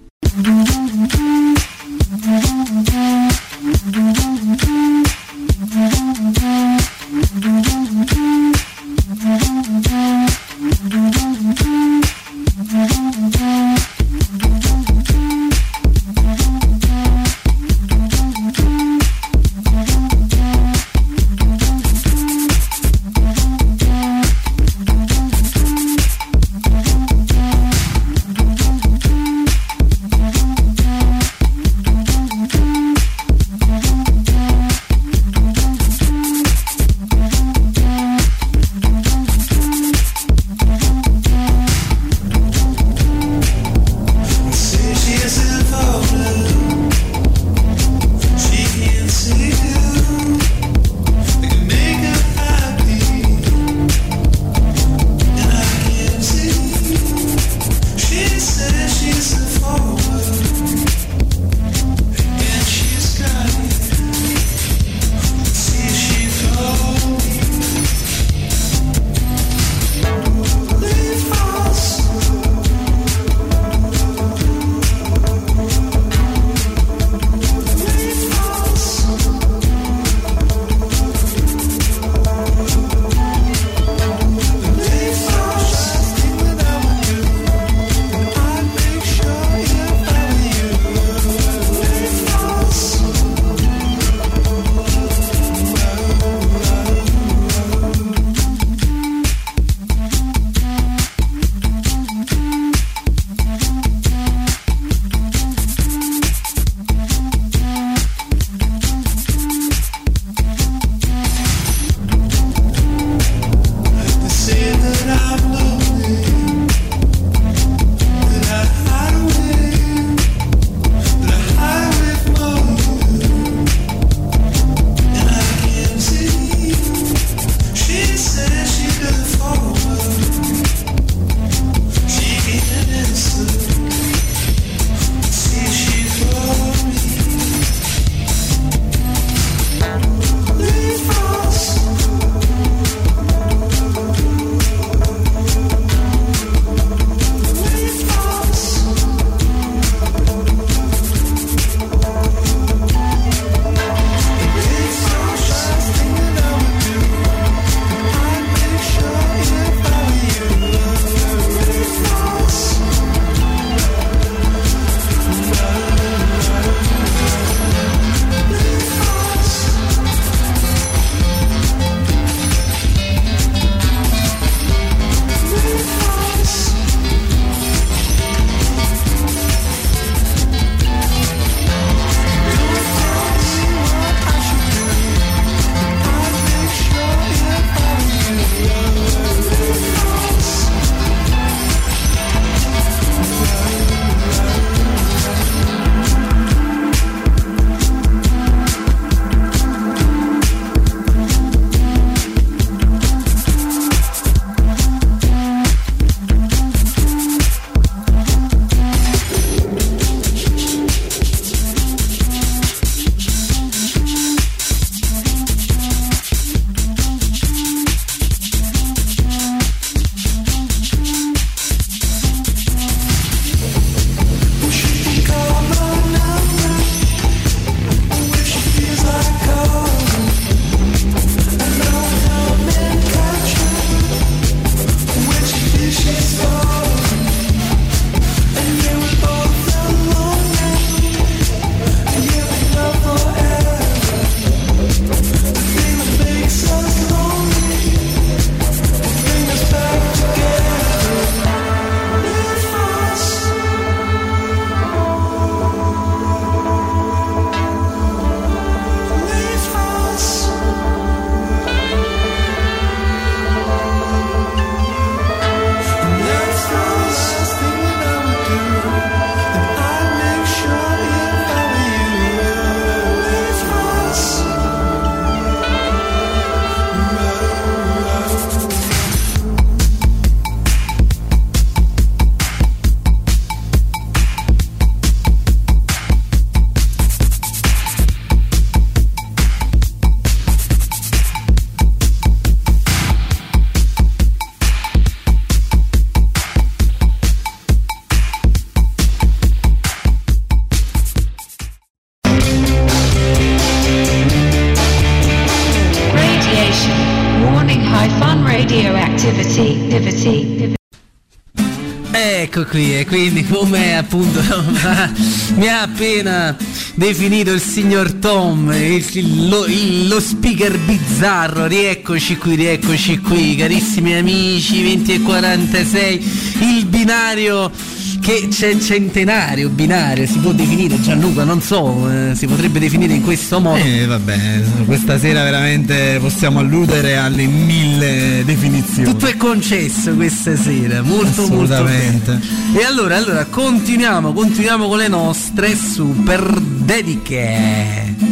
[SPEAKER 4] Divity, Divity, Divity.
[SPEAKER 10] Ecco qui, e quindi come appunto mi ha appena definito il signor Tom, il, lo, il, lo speaker bizzarro. Rieccoci qui, rieccoci qui, carissimi amici. Venti e quarantasei, il binario che c'è centenario, binario, si può definire, Gianluca, non so, eh, si potrebbe definire in questo modo.
[SPEAKER 11] Eh vabbè, questa sera veramente possiamo alludere alle mille definizioni.
[SPEAKER 10] Tutto è concesso questa sera, molto molto bene. E allora, allora continuiamo, continuiamo con le nostre super dediche.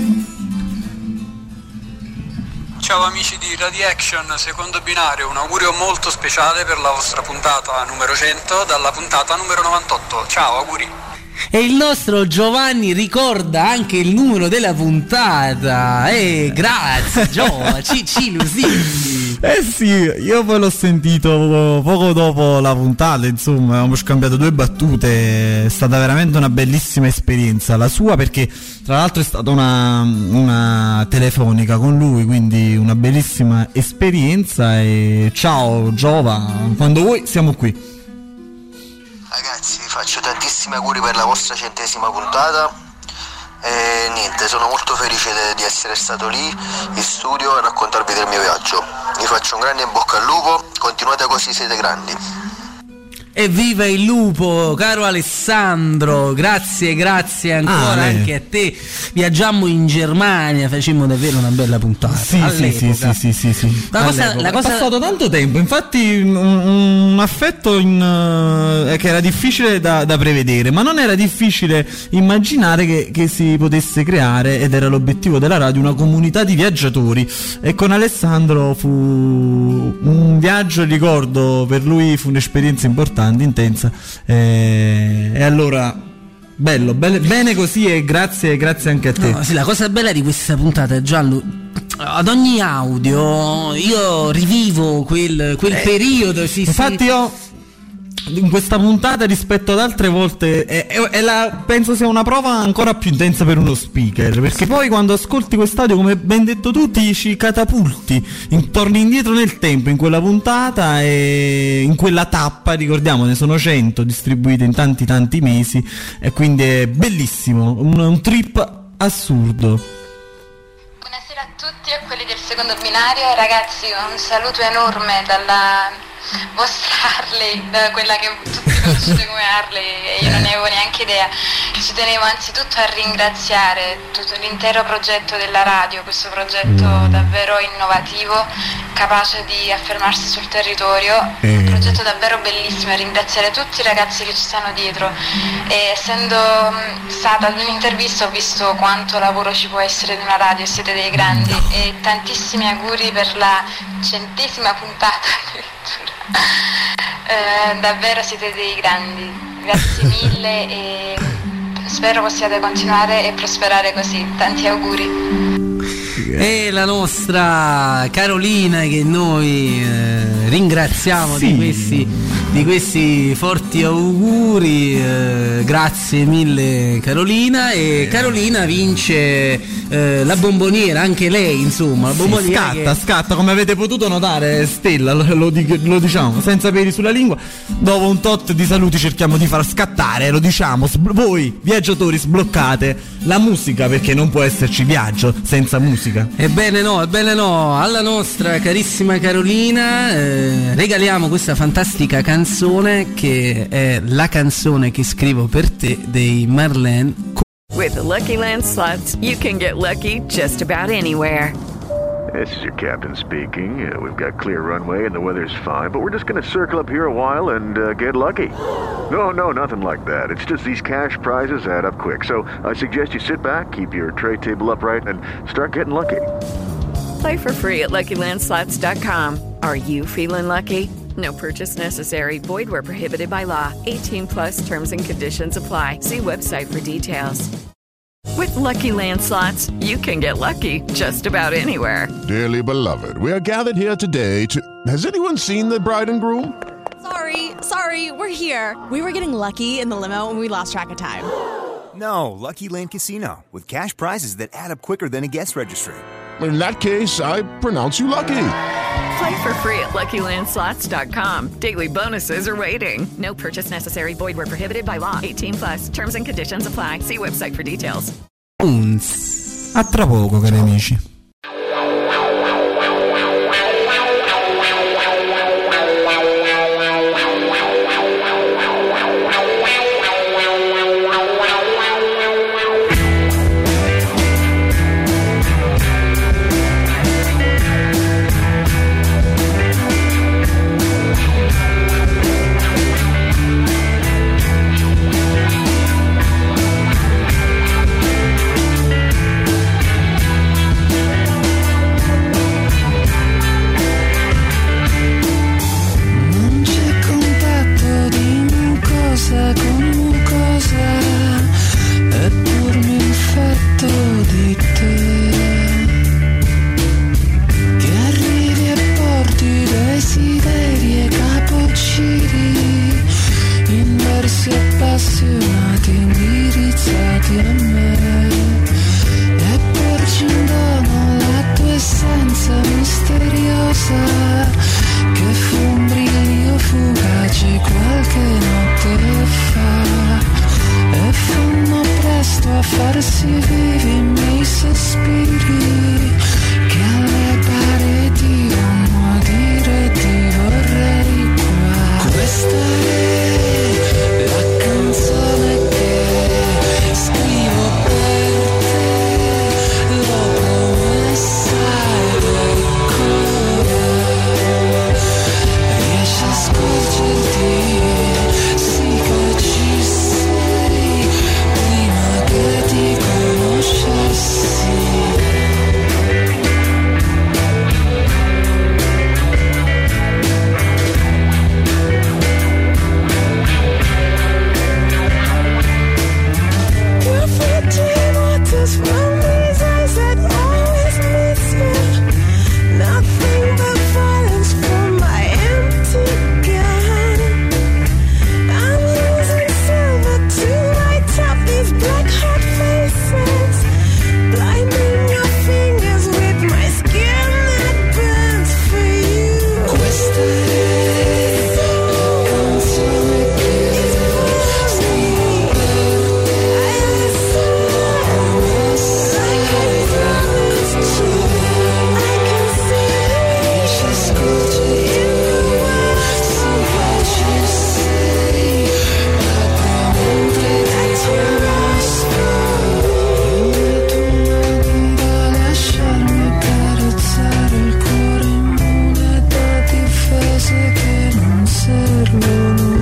[SPEAKER 1] Ciao amici di Radiaction, secondo binario, un augurio molto speciale per la vostra puntata numero cento dalla puntata numero novantotto. Ciao, auguri.
[SPEAKER 10] E il nostro Giovanni ricorda anche il numero della puntata. Eh, grazie Giova, ci, ci lusini.
[SPEAKER 11] Eh sì, io poi l'ho sentito poco dopo la puntata, insomma, abbiamo scambiato due battute, è stata veramente una bellissima esperienza la sua, perché tra l'altro è stata una, una telefonica con lui, quindi una bellissima esperienza. E ciao Giova, quando vuoi siamo qui.
[SPEAKER 22] Ragazzi, vi faccio tantissimi auguri per la vostra centesima puntata e niente, sono molto felice de- di essere stato lì in studio a raccontarvi del mio viaggio. Vi faccio un grande in bocca al lupo, continuate così, siete grandi.
[SPEAKER 10] Evviva il lupo, caro Alessandro, grazie, grazie ancora ah, anche a te. Viaggiammo in Germania, facemmo davvero una bella puntata.
[SPEAKER 11] Sì, sì, sì, sì, sì, sì, sì.
[SPEAKER 10] La cosa, la cosa...
[SPEAKER 11] È passato tanto tempo, infatti un, un affetto in, uh, che era difficile da, da prevedere, ma non era difficile immaginare che, che si potesse creare, ed era l'obiettivo della radio, una comunità di viaggiatori. E con Alessandro fu un viaggio, ricordo, per lui fu un'esperienza importante, intensa, e, e allora bello, bene, bene così, e grazie, grazie anche a te.
[SPEAKER 10] No, sì, la cosa bella di questa puntata, Gianlu, ad ogni audio io rivivo quel, quel eh, periodo. Sì,
[SPEAKER 11] infatti sì. Io in questa puntata rispetto ad altre volte è, è, è la, penso sia una prova ancora più intensa per uno speaker, perché poi quando ascolti quest'audio, come ben detto tu, ti ci catapulti, in, torni indietro nel tempo in quella puntata e in quella tappa, ricordiamo ne sono cento distribuite in tanti tanti mesi, e quindi è bellissimo, un, un trip assurdo.
[SPEAKER 3] Buonasera a tutti e a quelli del secondo binario. Ragazzi, un saluto enorme dalla vostra Harley, quella che tutti conoscete come Harley, e io non ne avevo neanche idea. Ci tenevo anzitutto a ringraziare tutto l'intero progetto della radio, questo progetto davvero innovativo, capace di affermarsi sul territorio, un progetto davvero bellissimo, e ringraziare tutti i ragazzi che ci stanno dietro. E essendo stata ad un'intervista ho visto quanto lavoro ci può essere in una radio, siete dei grandi, e tantissimi auguri per la centesima puntata addirittura. Eh, davvero siete dei grandi, grazie mille e spero possiate continuare e prosperare così. Tanti auguri.
[SPEAKER 10] E la nostra Carolina, che noi eh, ringraziamo sì. di questi di questi forti auguri, eh, grazie mille Carolina. E Carolina vince eh, la bomboniera, anche lei, insomma, la bomboniera
[SPEAKER 11] sì, scatta,
[SPEAKER 10] che...
[SPEAKER 11] scatta, come avete potuto notare, Stella, lo, lo, lo diciamo senza peli sulla lingua, dopo un tot di saluti cerchiamo di far scattare, lo diciamo, sb- voi viaggiatori sbloccate la musica, perché non può esserci viaggio senza musica.
[SPEAKER 10] Ebbene no, ebbene no, alla nostra carissima Carolina eh, regaliamo questa fantastica canzone, che è la canzone che scrivo per te dei Marlene.
[SPEAKER 16] With the Lucky Land Slots, you can get lucky just about anywhere.
[SPEAKER 17] This is your captain speaking. Uh, we've got clear runway and the weather's fine, but we're just going to circle up here a while and uh, get lucky. No, no, nothing like that. It's just these cash prizes add up quick. So I suggest you sit back, keep your tray table upright, and start getting lucky.
[SPEAKER 16] Play for free at Lucky Land Slots dot com. Are you feeling lucky? No purchase necessary. Void where prohibited by law. eighteen plus terms and conditions apply. See website for details. With Lucky Land Slots, you can get lucky just about anywhere.
[SPEAKER 5] Dearly beloved, we are gathered here today to... Has anyone seen the bride and groom?
[SPEAKER 24] Sorry, sorry, we're here. We were getting lucky in the limo and we lost track of time.
[SPEAKER 25] No, Lucky Land Casino, with cash prizes that add up quicker than a guest registry.
[SPEAKER 5] In that case, I pronounce you lucky.
[SPEAKER 16] Play for free at Lucky Land Slots dot com. Daily bonuses are waiting. No purchase necessary. Void where prohibited by law. eighteen plus. Terms and conditions apply. See website for details.
[SPEAKER 11] A tra poco, cari amici.
[SPEAKER 15] Appassionati indirizzati a me e porgi in dono la tua essenza misteriosa che fu un brillo fugace qualche notte fa e fanno presto a farsi vivi i miei sospiri che alle pareti vanno a dire ti vorrei qua. Questa è la canzone che scrivo per te, l'ho promessa ed ancora riesci a scorgerti, sì che ci sei prima che ti conoscessi. From these eyes that always miss you, nothing but violence from my empty gun. I'm losing silver to light up these black hot faces, blinding your fingers with my skin that burns for you. Questa è la canzone che scrivo per te. Che non servono.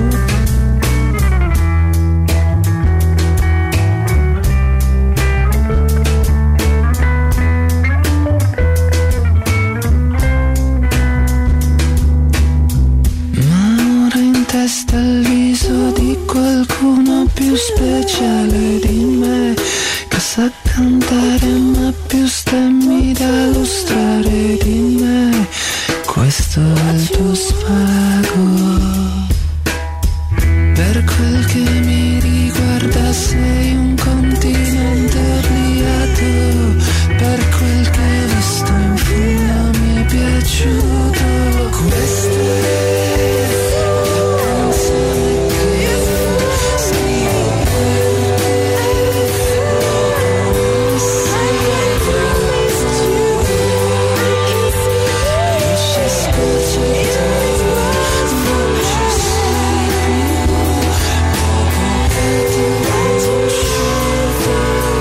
[SPEAKER 15] Ma ora in testa il viso di qualcuno più speciale di me, che sa cantare ma più stemmi da lustrare di me. Questo è il tuo svago. Per quel che mi riguarda sei un continente obliato. Per quel che hai visto in film mi è piaciuto. Questa è la canzone che scrivo per te. Riesci a scorgerti, non ci sei più, dopo che ti ho conosciuto.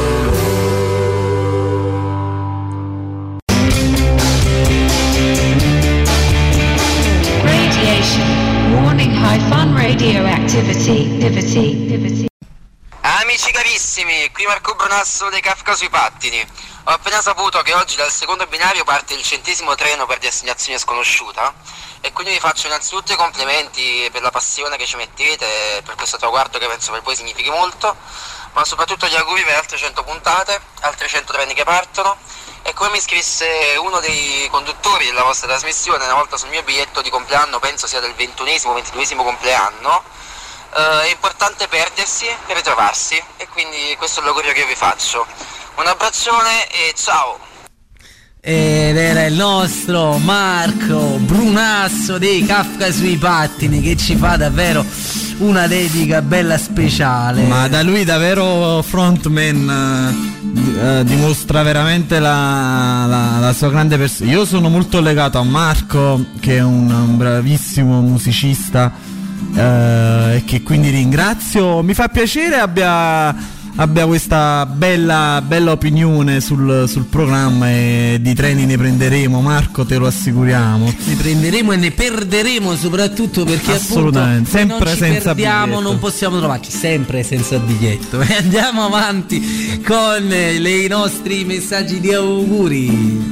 [SPEAKER 4] Radiation. Warning, high fun radioactivity. Activity. Activity.
[SPEAKER 7] Amici carissimi, qui Marco Bonasso dei Kafka sui pattini. Ho appena saputo che oggi dal secondo binario parte il centesimo treno per destinazione sconosciuta e quindi vi faccio innanzitutto i complimenti per la passione che ci mettete, per questo traguardo che penso per voi significhi molto, ma soprattutto gli auguri per altre cento puntate, altre cento treni che partono. E come mi scrisse uno dei conduttori della vostra trasmissione una volta sul mio biglietto di compleanno, penso sia del ventunesimo o ventiduesimo compleanno, eh, è importante perdersi e ritrovarsi, e quindi questo è l'augurio che io vi faccio. Un abbraccione e ciao!
[SPEAKER 10] ed era il nostro Marco Brunasso dei Kafka sui pattini, che ci fa davvero una dedica bella speciale.
[SPEAKER 11] Ma da lui davvero frontman, eh, dimostra veramente la, la, la sua grande persona. Io sono molto legato a Marco, che è un, un bravissimo musicista, eh, e che quindi ringrazio. Mi fa piacere abbia abbia questa bella, bella opinione sul, sul programma, e di treni ne prenderemo, Marco, te lo assicuriamo.
[SPEAKER 10] Ne prenderemo e ne perderemo, soprattutto perché
[SPEAKER 11] assolutamente,
[SPEAKER 10] appunto
[SPEAKER 11] sempre
[SPEAKER 10] non ci
[SPEAKER 11] senza
[SPEAKER 10] perdiamo,
[SPEAKER 11] biglietto.
[SPEAKER 10] non possiamo trovarci, sempre senza biglietto. E andiamo avanti con le, i nostri messaggi di auguri.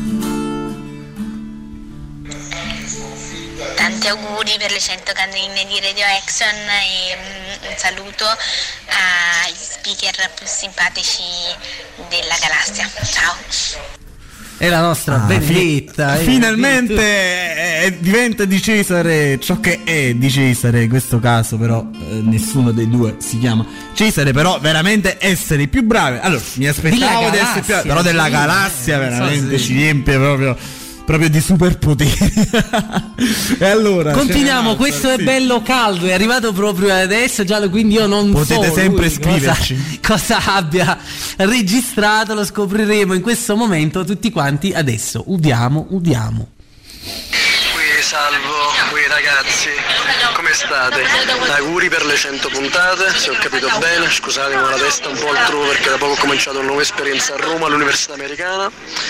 [SPEAKER 8] Tanti auguri per le cento candeline di Radio Action e um, un saluto ai speaker più simpatici della galassia. Ciao.
[SPEAKER 10] È la nostra
[SPEAKER 11] Ah,
[SPEAKER 10] belletta.
[SPEAKER 11] fi- finalmente è, è- diventa di Cesare ciò che è di Cesare. In questo caso però eh, nessuno dei due si chiama Cesare, però veramente essere i più bravi. Allora mi aspettavo di essere più, però della
[SPEAKER 10] sì,
[SPEAKER 11] galassia
[SPEAKER 10] eh,
[SPEAKER 11] veramente
[SPEAKER 10] so se-
[SPEAKER 11] ci riempie proprio proprio di superpoteri. E allora
[SPEAKER 10] continuiamo,
[SPEAKER 11] c'è
[SPEAKER 10] questo
[SPEAKER 11] un'altra,
[SPEAKER 10] è
[SPEAKER 11] sì.
[SPEAKER 10] bello caldo, è arrivato proprio adesso Giallo, quindi io non
[SPEAKER 11] Potete
[SPEAKER 10] so
[SPEAKER 11] sempre
[SPEAKER 10] lui
[SPEAKER 11] scriverci.
[SPEAKER 10] cosa, cosa abbia registrato, lo scopriremo in questo momento tutti quanti. Adesso udiamo, udiamo.
[SPEAKER 9] Qui salvo, qui ragazzi, come state? Auguri per le cento puntate, se ho capito bene, scusatemi ho la testa un po' altrove perché da poco ho cominciato una nuova esperienza a Roma all'Università Americana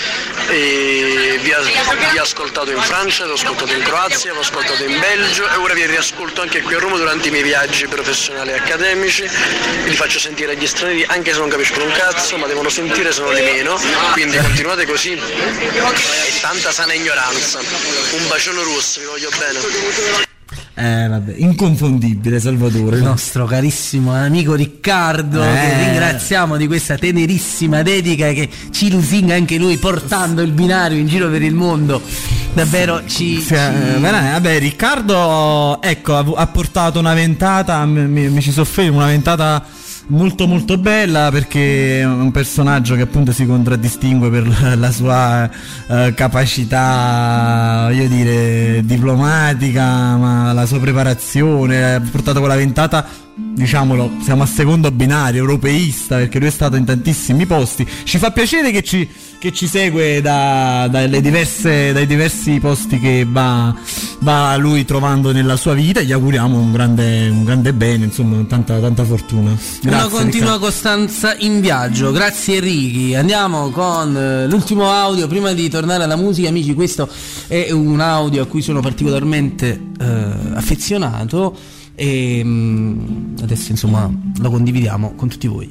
[SPEAKER 9] e vi, vi ho ascoltato in Francia, vi ho ascoltato in Croazia, vi ho ascoltato in Belgio e ora vi riascolto anche qui a Roma durante i miei viaggi professionali e accademici, li faccio sentire agli stranieri anche se non capiscono un cazzo, ma devono sentire se non li meno, quindi continuate così e tanta sana ignoranza. Un bacione russo, vi voglio bene.
[SPEAKER 11] Eh vabbè, inconfondibile Salvatore,
[SPEAKER 10] Il nostro carissimo amico Riccardo,
[SPEAKER 11] Eh.
[SPEAKER 10] che ringraziamo di questa tenerissima dedica, che ci lusinga anche lui portando il binario in giro per il mondo. Davvero ci,
[SPEAKER 11] Sì, eh,
[SPEAKER 10] ci...
[SPEAKER 11] veramente, vabbè, Riccardo, ecco, ha, ha portato una ventata, mi, mi- mi ci soffermo, una ventata molto molto bella, perché è un personaggio che appunto si contraddistingue per la, la sua eh, capacità, voglio dire, diplomatica, ma la sua preparazione, ha portato quella ventata, diciamolo, siamo a secondo binario, europeista, perché lui è stato in tantissimi posti. Ci fa piacere che ci, che ci segue da, dalle diverse, dai diversi posti che va, va lui trovando nella sua vita. Gli auguriamo un grande, un grande bene, insomma, tanta, tanta fortuna. Grazie,
[SPEAKER 10] Una continua
[SPEAKER 11] Riccardo.
[SPEAKER 10] costanza in viaggio. Grazie Ricky. Andiamo con eh, l'ultimo audio prima di tornare alla musica. Amici, questo è un audio a cui sono particolarmente eh, affezionato e mm, adesso insomma lo condividiamo con tutti voi.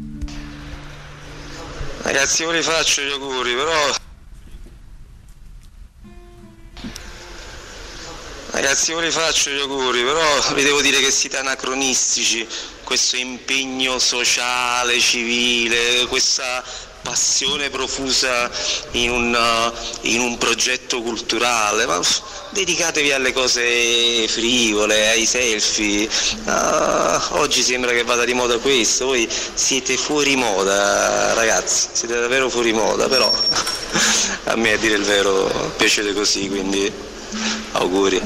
[SPEAKER 12] Ragazzi, io vi faccio gli auguri, però Ragazzi, io vi faccio gli auguri, però vi devo dire che siete anacronistici, questo impegno sociale, civile, questa passione profusa in un, in un progetto culturale, ma dedicatevi alle cose frivole, ai selfie. Ah, oggi sembra che vada di moda questo, voi siete fuori moda, ragazzi, siete davvero fuori moda, però a me, a dire il vero, piacete così, quindi auguri.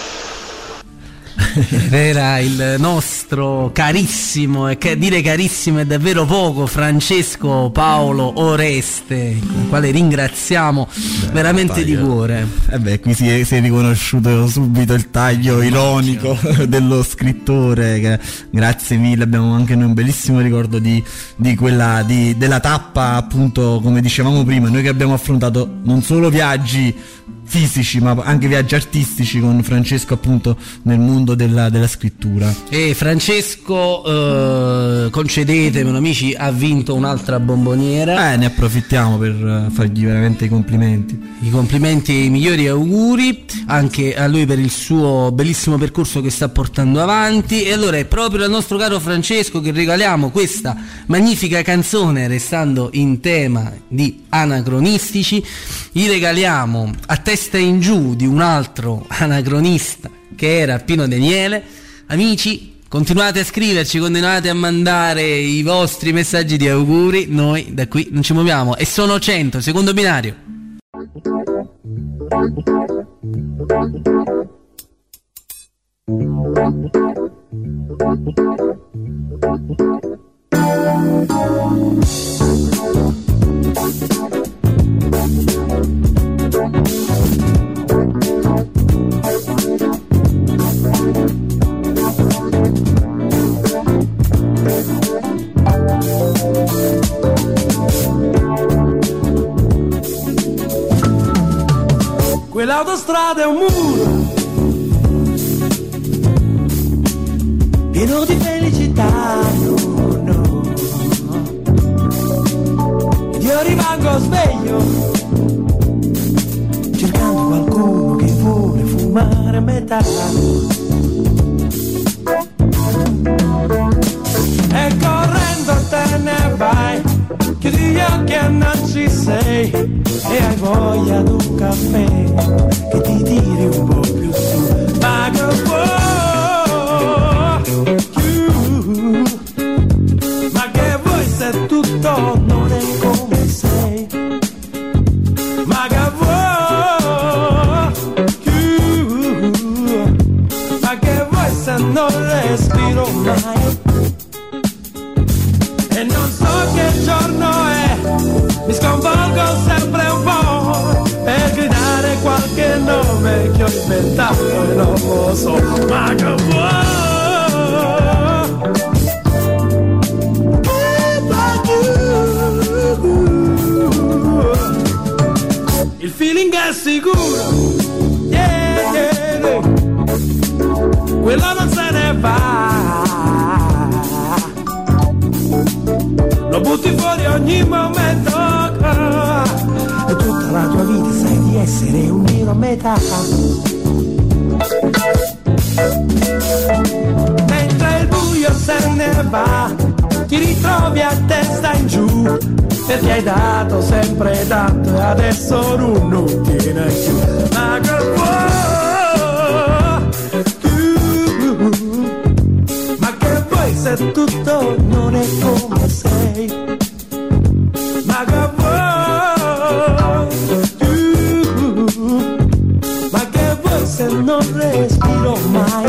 [SPEAKER 10] Era il nostro carissimo, e che dire carissimo è davvero poco, Francesco Paolo Oreste, con il quale ringraziamo
[SPEAKER 11] Beh,
[SPEAKER 10] veramente di
[SPEAKER 11] taglio.
[SPEAKER 10] cuore.
[SPEAKER 11] Eh beh, qui si è, si è riconosciuto subito il taglio ironico dello scrittore, che, grazie mille, abbiamo anche noi un bellissimo ricordo di, di quella di, della tappa, appunto, come dicevamo prima, noi che abbiamo affrontato non solo viaggi fisici ma anche viaggi artistici con Francesco, appunto, nel mondo della, della scrittura.
[SPEAKER 10] E Francesco, eh, concedetemelo amici, ha vinto un'altra bomboniera.
[SPEAKER 11] Eh, ne approfittiamo per eh, fargli veramente i complimenti.
[SPEAKER 10] I complimenti e i migliori auguri anche a lui per il suo bellissimo percorso che sta portando avanti. E allora è proprio al nostro caro Francesco che regaliamo questa magnifica canzone, restando in tema di anacronistici. Gli regaliamo A testa in giù di un altro anacronista che era Pino Daniele. Amici, continuate a scriverci, continuate a mandare i vostri messaggi di auguri, noi da qui non ci muoviamo e sono cento, secondo binario.
[SPEAKER 21] Quell'autostrada è un muro pieno di felicità, no, no. Ed io rimango sveglio cercando qualcuno che vuole fumare a metà. E correndo te ne vai, chiudi gli occhi e non ci sei, e hai voglia di un caffè che ti tiri un po' più su. Ma che vuoi, you, ma che vuoi se tutto non è come sei? Ma che vuoi, you, ma che vuoi se non respiro mai? E non so che giorno è, mi sconvolgo sempre un po' per gridare qualche nome che ho inventato e non lo so. Ma che vuoi? Il feeling è sicuro, yeah, yeah, yeah. Quello non se ne va, lo butti fuori ogni momento, e tutta la tua vita sai di essere un nero a metà. Mentre il buio se ne va, ti ritrovi a testa in giù, perché hai dato sempre tanto e adesso non, non tiene più. Ma che vuoi, ma che vuoi se tutto non è come sei? Ma che vuoi, ma che vuoi se non respiro mai?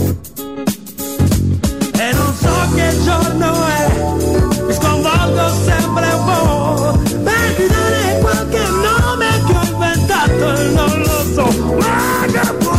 [SPEAKER 21] E non so che giorno è, mi sconvolgo sempre un po' per gridare qualche nome che ho inventato e non lo so. Ma che vuoi,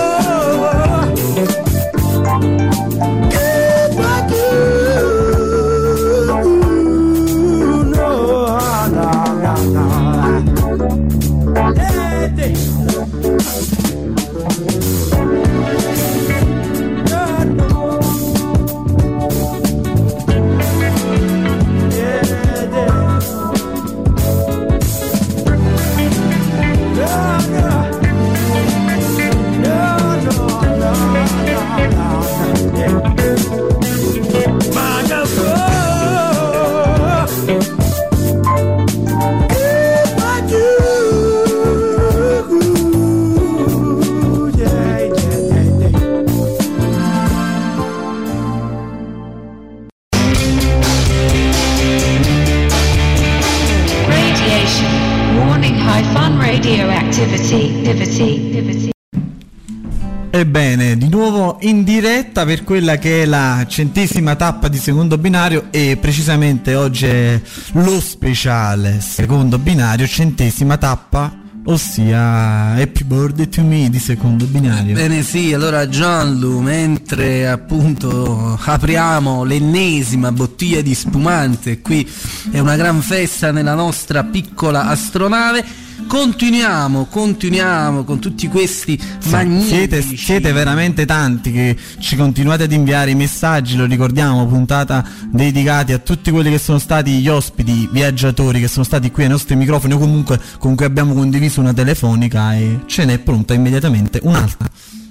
[SPEAKER 11] Ebbene, di nuovo in diretta per quella che è la centesima tappa di Secondo Binario, e precisamente oggi è lo speciale Secondo Binario, centesima tappa, ossia Happy Birthday to Me di Secondo Binario.
[SPEAKER 10] Bene, sì, allora Gianlu, mentre appunto apriamo l'ennesima bottiglia di spumante, qui è una gran festa nella nostra piccola astronave, continuiamo, continuiamo con tutti questi sì, magnifici.
[SPEAKER 11] Siete, siete veramente tanti che ci continuate ad inviare i messaggi, lo ricordiamo, puntata dedicati a tutti quelli che sono stati gli ospiti viaggiatori che sono stati qui ai nostri microfoni o comunque con cui abbiamo condiviso una telefonica, e ce n'è pronta immediatamente un'altra.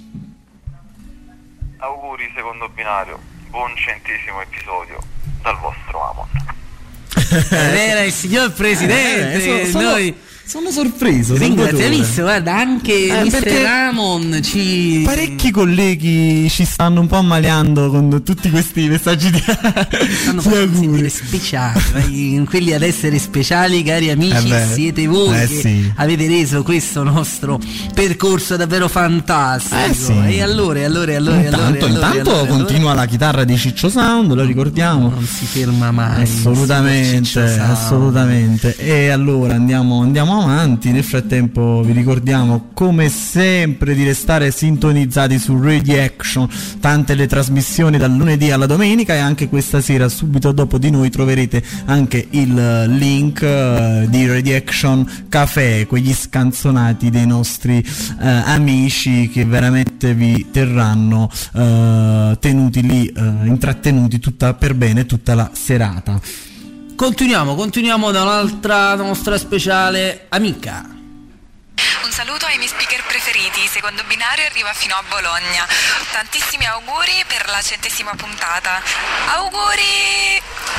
[SPEAKER 6] Auguri Secondo Binario, buon centesimo episodio dal vostro Amon.
[SPEAKER 10] Era il signor Presidente,
[SPEAKER 11] eh, sono,
[SPEAKER 10] noi
[SPEAKER 11] Sono sorpreso.
[SPEAKER 10] Ringrazio, hai visto? Guarda, anche
[SPEAKER 11] Eh,
[SPEAKER 10] mister
[SPEAKER 11] perché
[SPEAKER 10] Ramon ci.
[SPEAKER 11] Parecchi colleghi ci stanno un po' ammaliando con tutti questi messaggi di,
[SPEAKER 10] Stanno
[SPEAKER 11] di
[SPEAKER 10] facendo
[SPEAKER 11] auguri.
[SPEAKER 10] sentire speciali. Quelli ad essere speciali, cari amici,
[SPEAKER 11] Eh beh,
[SPEAKER 10] siete voi
[SPEAKER 11] eh
[SPEAKER 10] che
[SPEAKER 11] sì.
[SPEAKER 10] avete reso questo nostro percorso davvero fantastico.
[SPEAKER 11] Eh sì.
[SPEAKER 10] E allora, e allora, e allora, e allora,
[SPEAKER 11] Intanto,
[SPEAKER 10] e allora,
[SPEAKER 11] intanto
[SPEAKER 10] e allora,
[SPEAKER 11] continua la chitarra di Ciccio Sound, lo ricordiamo.
[SPEAKER 10] Non si ferma mai.
[SPEAKER 11] Assolutamente,
[SPEAKER 10] Ciccio Sound.
[SPEAKER 11] assolutamente. E allora andiamo, andiamo avanti. Nel frattempo vi ricordiamo come sempre di restare sintonizzati su Radio Action, tante le trasmissioni dal lunedì alla domenica, e anche questa sera subito dopo di noi troverete anche il link uh, di Radio Action Café, quegli scanzonati dei nostri uh, amici che veramente vi terranno uh, tenuti lì, uh, intrattenuti tutta per bene tutta la serata.
[SPEAKER 10] Continuiamo, continuiamo da un'altra nostra speciale amica.
[SPEAKER 13] Un saluto ai miei speaker preferiti, secondo binario arriva fino a Bologna. Tantissimi auguri per la centesima puntata. Auguri!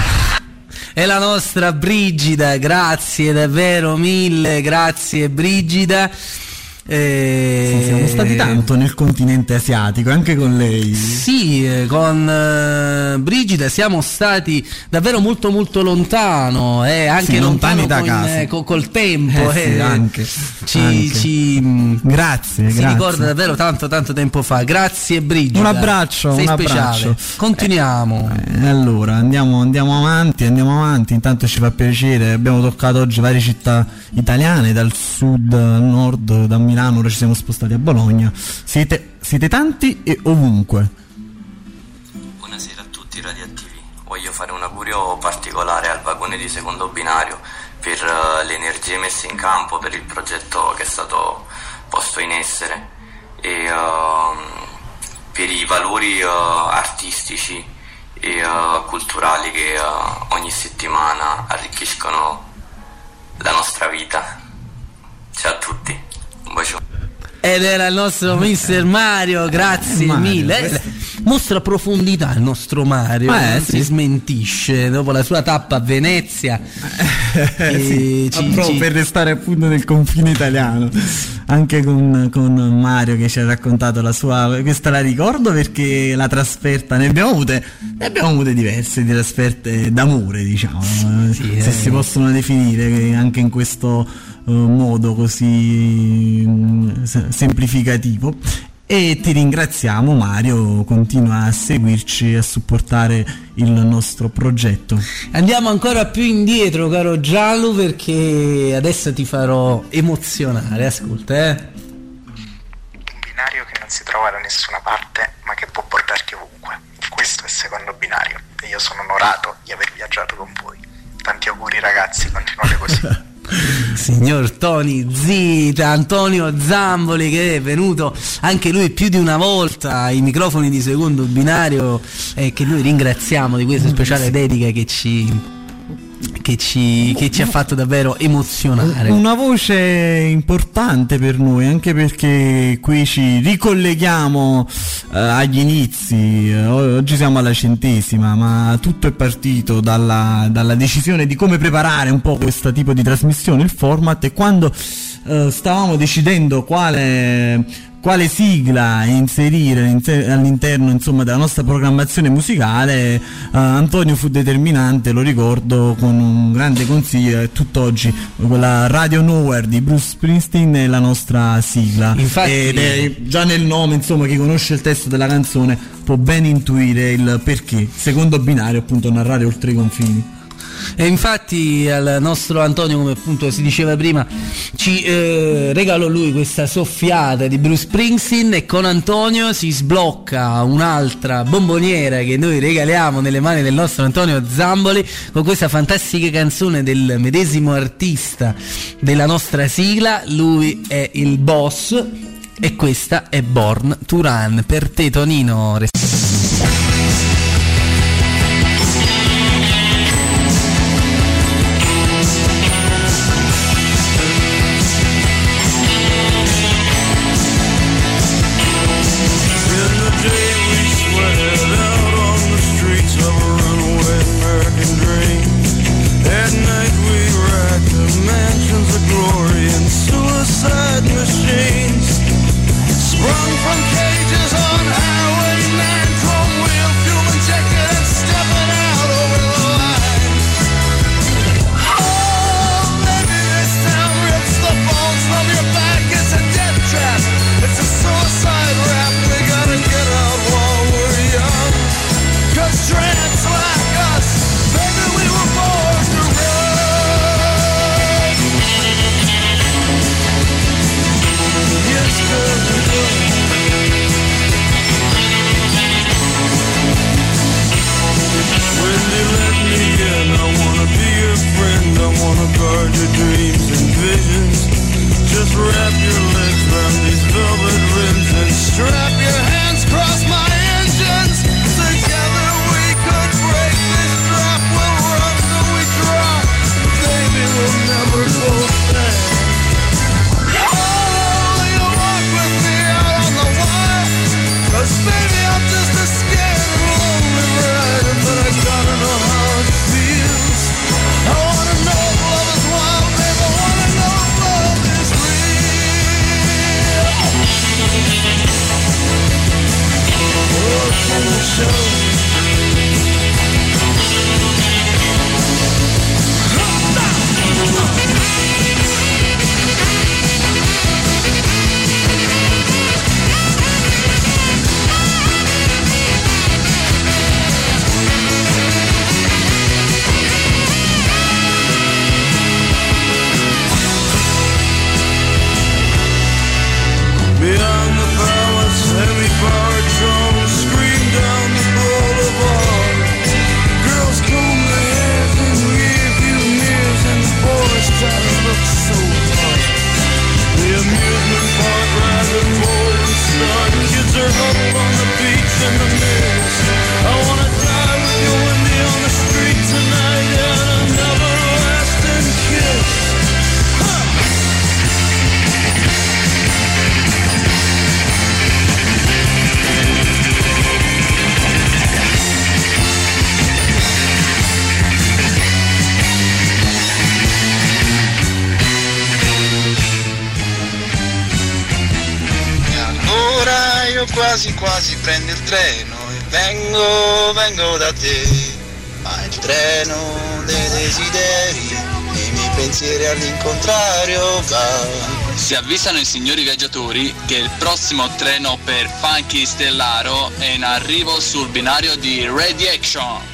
[SPEAKER 10] È la nostra Brigida, grazie davvero mille, grazie Brigida. Eh,
[SPEAKER 11] Sì, siamo stati tanto nel continente asiatico, anche con lei.
[SPEAKER 10] Sì, eh, con eh, Brigida siamo stati davvero molto molto lontano, eh, anche
[SPEAKER 11] Sì,
[SPEAKER 10] lontano
[SPEAKER 11] lontani da
[SPEAKER 10] con,
[SPEAKER 11] casa.
[SPEAKER 10] eh, co- col tempo.
[SPEAKER 11] Eh sì,
[SPEAKER 10] eh.
[SPEAKER 11] anche,
[SPEAKER 10] Ci,
[SPEAKER 11] anche.
[SPEAKER 10] ci, mh,
[SPEAKER 11] Grazie,
[SPEAKER 10] si
[SPEAKER 11] grazie.
[SPEAKER 10] ricorda davvero tanto tanto tempo fa. Grazie Brigida.
[SPEAKER 11] Un abbraccio,
[SPEAKER 10] Sei
[SPEAKER 11] un
[SPEAKER 10] speciale.
[SPEAKER 11] abbraccio.
[SPEAKER 10] Continuiamo.
[SPEAKER 11] Eh, allora andiamo, andiamo avanti, andiamo avanti. Intanto ci fa piacere, abbiamo toccato oggi varie città italiane, dal sud al nord, da Milano, ora ci siamo spostati a Bologna. Siete, siete tanti e ovunque.
[SPEAKER 14] Buonasera a tutti radioattivi. Voglio fare un augurio particolare al vagone di secondo binario per uh, le energie messe in campo, per il progetto che è stato posto in essere e uh, per i valori uh, artistici e uh, culturali che uh, ogni settimana arricchiscono la nostra vita. Ciao a tutti, un bacio.
[SPEAKER 10] Ed era il nostro mister Mario, grazie
[SPEAKER 11] Mario,
[SPEAKER 10] mille.
[SPEAKER 11] questo-
[SPEAKER 10] Eh, Mostra profondità il nostro Mario,
[SPEAKER 11] Eh,
[SPEAKER 10] non
[SPEAKER 11] sì.
[SPEAKER 10] si smentisce dopo la sua tappa a Venezia.
[SPEAKER 11] Eh, sì,
[SPEAKER 10] ci-
[SPEAKER 11] proprio
[SPEAKER 10] ci-
[SPEAKER 11] per restare appunto nel confine italiano, anche con, con Mario che ci ha raccontato la sua, questa la ricordo perché la trasferta, ne abbiamo avute, ne abbiamo avute diverse di trasferte d'amore, diciamo,
[SPEAKER 10] Sì,
[SPEAKER 11] se
[SPEAKER 10] eh.
[SPEAKER 11] si possono definire anche in questo eh, modo così mm, se- semplificativo. E ti ringraziamo Mario, continua a seguirci e a supportare il nostro progetto.
[SPEAKER 10] Andiamo ancora più indietro, caro Giallo, perché adesso ti farò emozionare. Ascolta, eh.
[SPEAKER 18] Un binario che non si trova da nessuna parte, ma che può portarti ovunque. Questo è Secondo Binario e io sono onorato di aver viaggiato con voi. Tanti auguri ragazzi, continuate così.
[SPEAKER 10] Signor Tony Zita, Antonio Zamboli, che è venuto anche lui più di una volta ai microfoni di Secondo Binario e che noi ringraziamo di questa speciale dedica che ci che ci, che ci ha fatto davvero emozionare.
[SPEAKER 11] Una voce importante per noi, anche perché qui ci ricolleghiamo eh, agli inizi. Eh, oggi siamo alla centesima, ma tutto è partito dalla, dalla decisione di come preparare un po' questo tipo di trasmissione, il format, e quando eh, stavamo decidendo quale quale sigla inserire all'interno, insomma, della nostra programmazione musicale, uh, Antonio fu determinante, lo ricordo, con un grande consiglio, e tutt'oggi quella Radio Nowhere di Bruce Springsteen è la nostra sigla.
[SPEAKER 10] Infatti,
[SPEAKER 11] ed è già nel nome, insomma, chi conosce il testo della canzone può ben intuire il perché. Secondo Binario, appunto, narrare oltre i confini.
[SPEAKER 10] E infatti al nostro Antonio, come appunto si diceva prima, ci eh, regalò lui questa soffiata di Bruce Springsteen, e con Antonio si sblocca un'altra bomboniera che noi regaliamo nelle mani del nostro Antonio Zamboli, con questa fantastica canzone del medesimo artista della nostra sigla. Lui è il boss e questa è Born to Run. Per te, Tonino.
[SPEAKER 15] At night we racked the mansions of glory Just wrap your legs around these velvet rims and strap your hands across my engines. Together we could break this trap. We'll run till we drop. Baby, we'll never go back. Oh, you walk with me out on the wire. 'Cause baby, I'm just a scared and lonely rider, but I gotta know how it feels. I wanna know if love is wild, baby. I wanna know if love is real. Oh, can you show me? Beyond the palace, semi-powered drones scream down the boulevard. Girls comb their hair in rearview mirrors and the boys try to look so hard. The amusement park rather bold and start. Kids are huddled on the beach in the mirrors. I wanna die with you, Wendy, on the street tonight and an everlasting kiss.
[SPEAKER 22] Ora io quasi quasi prendo il treno e vengo, vengo da te, ma il treno dei desideri, i miei pensieri all'incontrario va.
[SPEAKER 1] Si avvisano i signori viaggiatori che il prossimo treno per Funky Stellaro è in arrivo sul binario di Ready Action.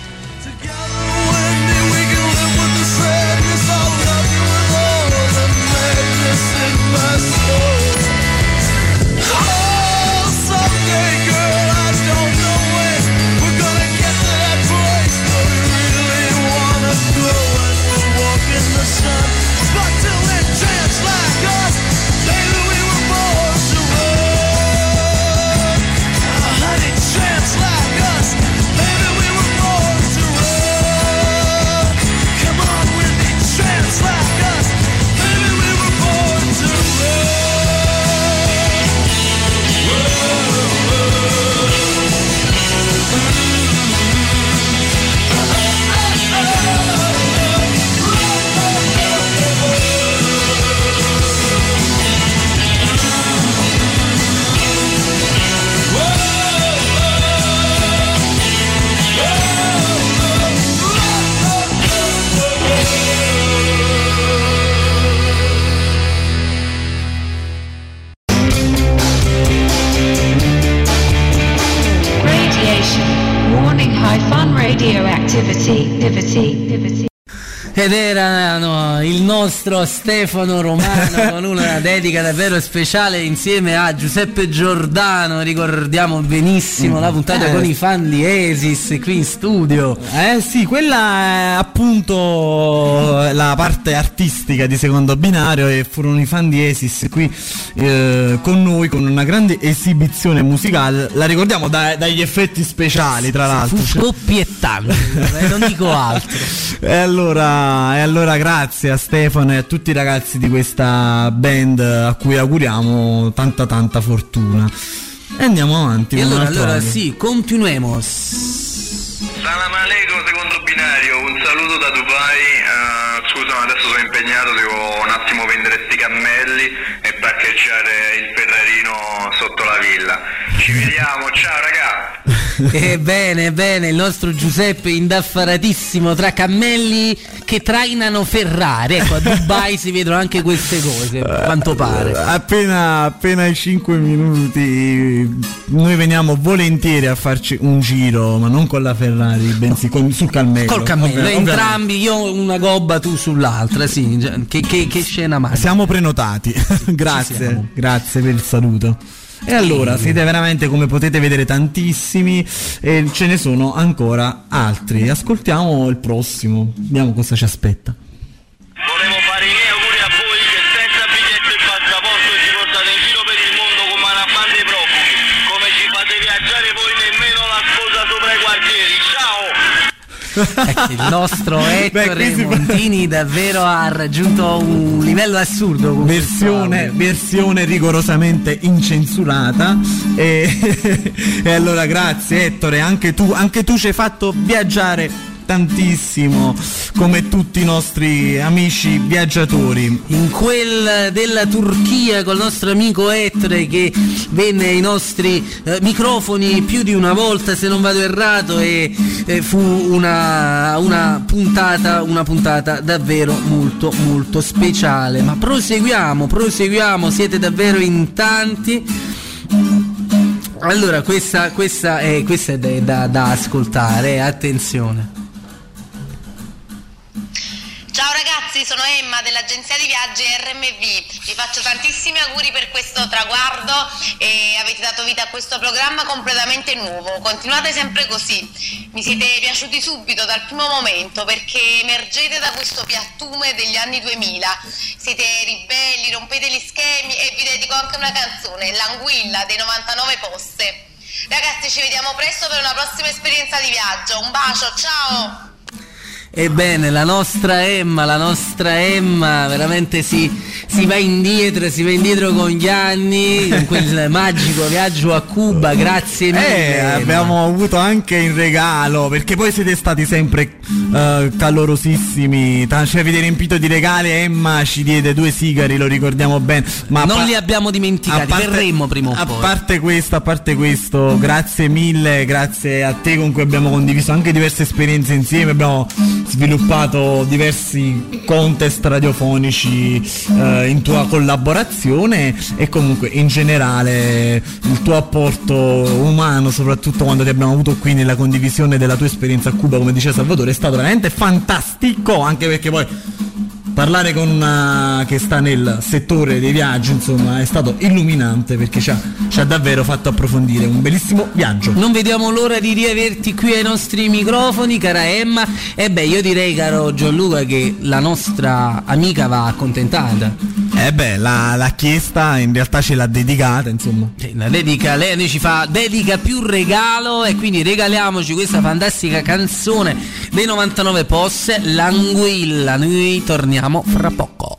[SPEAKER 4] Radioactivity, activity, activity.
[SPEAKER 10] Ed era no, il nostro Stefano Romano con una dedica davvero speciale insieme a Giuseppe Giordano. Ricordiamo benissimo la puntata eh. con i fan di Esis qui in studio.
[SPEAKER 11] Eh sì, quella è appunto la parte artistica di Secondo Binario e furono i fan di Esis qui eh, con noi con una grande esibizione musicale. La ricordiamo da, dagli effetti speciali, tra l'altro.
[SPEAKER 10] Fu scoppiettante, non dico altro.
[SPEAKER 11] E allora E allora grazie a Stefano e a tutti i ragazzi di questa band a cui auguriamo tanta tanta fortuna. E andiamo avanti.
[SPEAKER 10] E allora, allora
[SPEAKER 11] audio.
[SPEAKER 10] sì, continuemos.
[SPEAKER 22] Salam alaikum, Secondo Binario, un saluto da Dubai. Uh, scusa, ma adesso sono impegnato, devo un attimo vendere sti cammelli e parcheggiare il Ferrarino sotto la villa. Ci vediamo, ciao ragazzi.
[SPEAKER 10] E bene, bene, il nostro Giuseppe indaffaratissimo tra cammelli che trainano Ferrari. Ecco, a Dubai si vedono anche queste cose, a quanto pare.
[SPEAKER 11] Appena, appena i cinque minuti noi veniamo volentieri a farci un giro, ma non con la Ferrari, bensì con, sul cammello.
[SPEAKER 10] Col cammello,
[SPEAKER 11] ovvero,
[SPEAKER 10] entrambi, io una gobba, tu sull'altra, sì. Che, che, che scena magica.
[SPEAKER 11] Siamo prenotati. Grazie, grazie per il saluto. E allora siete veramente, come potete vedere, tantissimi e ce ne sono ancora altri. Ascoltiamo il prossimo, vediamo cosa ci aspetta.
[SPEAKER 22] Volevo fare i miei auguri a voi che senza biglietto in
[SPEAKER 10] Ecco, il nostro Ettore
[SPEAKER 11] Beh,
[SPEAKER 10] Montini davvero ha raggiunto un livello assurdo con
[SPEAKER 11] versione, versione rigorosamente incensurata e, e allora grazie Ettore, anche tu, anche tu ci hai fatto viaggiare tantissimo come tutti i nostri amici viaggiatori.
[SPEAKER 10] In quel della Turchia col nostro amico Ettore che venne ai nostri eh, microfoni più di una volta se non vado errato e eh, fu una, una puntata una puntata davvero molto molto speciale. Ma proseguiamo, proseguiamo, siete davvero in tanti. Allora questa, questa è, questa è da, da, da ascoltare, eh, attenzione.
[SPEAKER 2] Ciao ragazzi, sono Emma dell'agenzia di viaggi R M V, vi faccio tantissimi auguri per questo traguardo e avete dato vita a questo programma completamente nuovo, continuate sempre così, mi siete piaciuti subito dal primo momento perché emergete da questo piattume degli anni duemila, siete ribelli, rompete gli schemi e vi dedico anche una canzone, L'Anguilla dei novantanove Posse. Ragazzi, ci vediamo presto per una prossima esperienza di viaggio, un bacio, ciao!
[SPEAKER 10] Ebbene, la nostra Emma, la nostra Emma veramente si, si va indietro, si va indietro con gli anni, con quel magico viaggio a Cuba, grazie mille.
[SPEAKER 11] Eh, abbiamo avuto anche in regalo, perché poi siete stati sempre uh, calorosissimi, ci avete riempito di regali, Emma ci diede due sigari, lo ricordiamo bene. Ma
[SPEAKER 10] non
[SPEAKER 11] pa-
[SPEAKER 10] li abbiamo dimenticati, parte, verremo prima o
[SPEAKER 11] a
[SPEAKER 10] poi.
[SPEAKER 11] A parte questo, a parte questo, grazie mille, grazie a te con cui abbiamo condiviso anche diverse esperienze insieme, abbiamo sviluppato diversi contest radiofonici eh, in tua collaborazione e comunque in generale il tuo apporto umano, soprattutto quando ti abbiamo avuto qui nella condivisione della tua esperienza a Cuba, come diceva Salvatore, è stato veramente fantastico, anche perché poi parlare con una che sta nel settore dei viaggi, insomma, è stato illuminante perché ci ha, ci ha davvero fatto approfondire un bellissimo viaggio.
[SPEAKER 10] Non vediamo l'ora di riaverti qui ai nostri microfoni, cara Emma. E beh, io direi, caro Gianluca, che la nostra amica va accontentata.
[SPEAKER 11] Eh beh, la, l'ha chiesta, in realtà ce l'ha dedicata, insomma.
[SPEAKER 10] La dedica, lei noi ci fa dedica più regalo e quindi regaliamoci questa fantastica canzone dei novantanove Posse, L'Anguilla. Noi torniamo fra poco.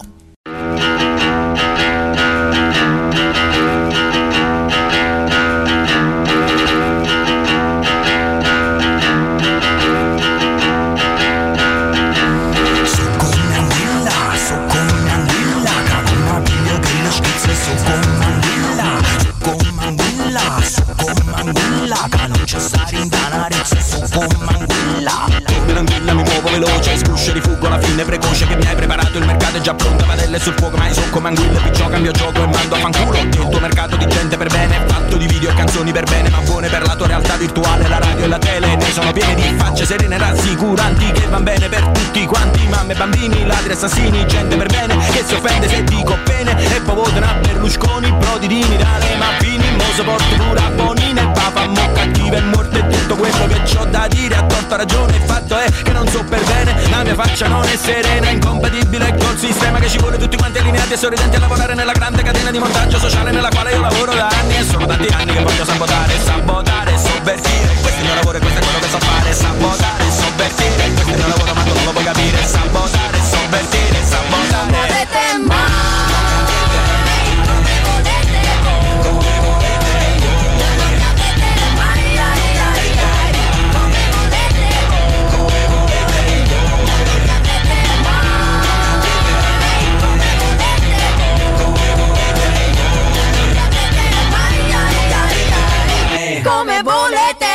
[SPEAKER 3] Veloce, sguscio, rifuggo la fine precoce che mi hai preparato, il mercato è già pronto, padelle sul fuoco, ma io sono come anguille, perciò cambio gioco e mando a fanculo il tuo mercato di gente per bene, fatto di video e canzoni per bene, ma buone per la tua realtà virtuale, la radio e la tele, ne sono piene di facce serene rassicuranti che van bene per tutti quanti, mamme, bambini, ladri, assassini, gente per bene che si offende se dico bene e poi votano a Berlusconi, Prodidini, dalle maffini, moso porto pure a Bonini, il papa mo cattivo e morto e tutto quello che c'ho da dire a torta ragione, il fatto è che non so per bene, la mia faccia non è serena, incompatibile col sistema che ci vuole tutti quanti allineati e sorridenti a lavorare nella grande catena di montaggio sociale nella quale io lavoro da anni e sono tanti anni che voglio sabotare, sabotare, sovvertire, questo è il mio lavoro e questo è quello che so fare, sabotare, sovvertire, questo è il mio lavoro ma tu non lo puoi capire, sabotare, sovvertire, sabotare. Non volete mai.
[SPEAKER 19] Come volete.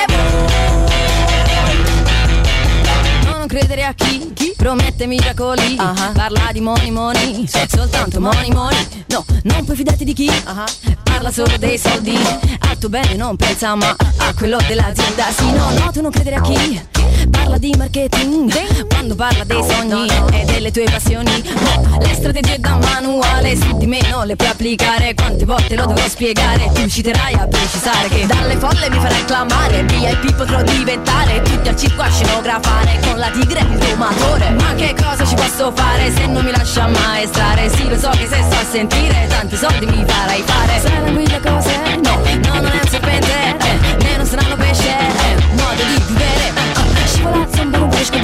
[SPEAKER 19] Non credere a chi, chi promette miracoli, uh-huh. Parla di money money, soltanto money money. No, non puoi fidarti di chi, uh-huh. Parla solo dei soldi, al tuo bene non pensa ma a quello dell'azienda. Sì, no, no, tu non credere a chi parla di marketing, quando parla dei sogni e delle tue passioni. No, le strategie da manuale su di me non le puoi applicare, quante volte lo dovrò spiegare, tu ci terrai a precisare che dalle folle mi farai clamare, V I P potrò diventare, tutti al circo a scenografare, con la tigre e il domatore. Ma che cosa ci posso fare se non mi lascia maestrare? Sì, lo so che se sto a sentire tanti soldi mi farai fare. Sai l'anguilla cos'è? No, no, non è un serpente, eh, né non saranno pesce, è un modo di vivere. Scivolazzo un buon pesce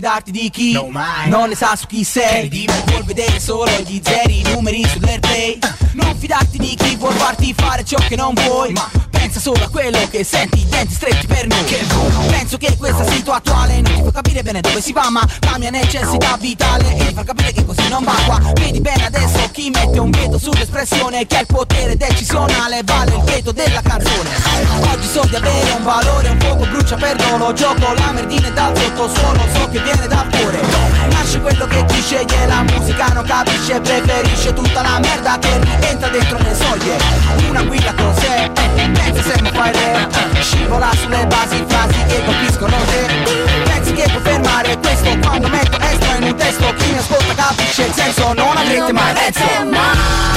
[SPEAKER 3] fidarti di chi no, mai. Non ne sa su chi sei, vuol vedere solo gli zeri, i numeri sull'airplay. Non fidarti di chi vuol farti fare ciò che non vuoi, ma pensa solo a quello che senti, i denti stretti per noi. Che penso che questa situazione attuale non ti fa capire bene dove si va, ma la mia necessità vitale è di far capire che così non va qua. Vedi bene adesso chi mette un veto sull'espressione, che ha il potere decisionale, vale il veto della canzone. Oggi so di avere un valore, un fuoco brucia, perdono, gioco la merdina dal sottosuolo, so che viene dal cuore. Nasce quello che ti sceglie, la musica non capisce, preferisce tutta la merda che rientra dentro le soglie. Una guida con sé, pensa se non fai re, scivola sulle basi frasi che colpiscono te. Pensi che puoi fermare questo quando metto extra in un testo, chi mi ascolta capisce il senso, non avrete mai letto.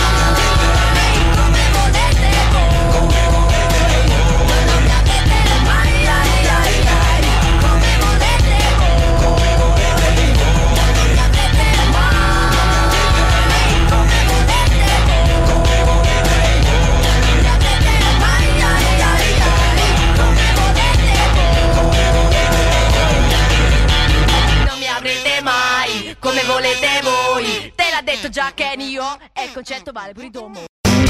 [SPEAKER 19] Come volete voi, te l'ha detto già Kenny Yo, e il concetto vale pure domo.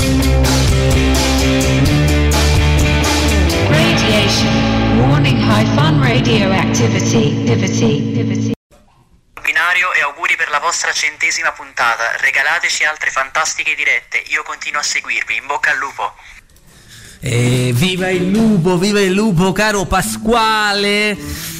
[SPEAKER 4] Radiation. Warning, high fun radioactivity. Activity. Activity.
[SPEAKER 17] Binario e auguri per la vostra centesima puntata. Regalateci altre fantastiche dirette. Io continuo a seguirvi. In bocca al lupo.
[SPEAKER 10] Eh, viva il lupo, viva il lupo, caro Pasquale.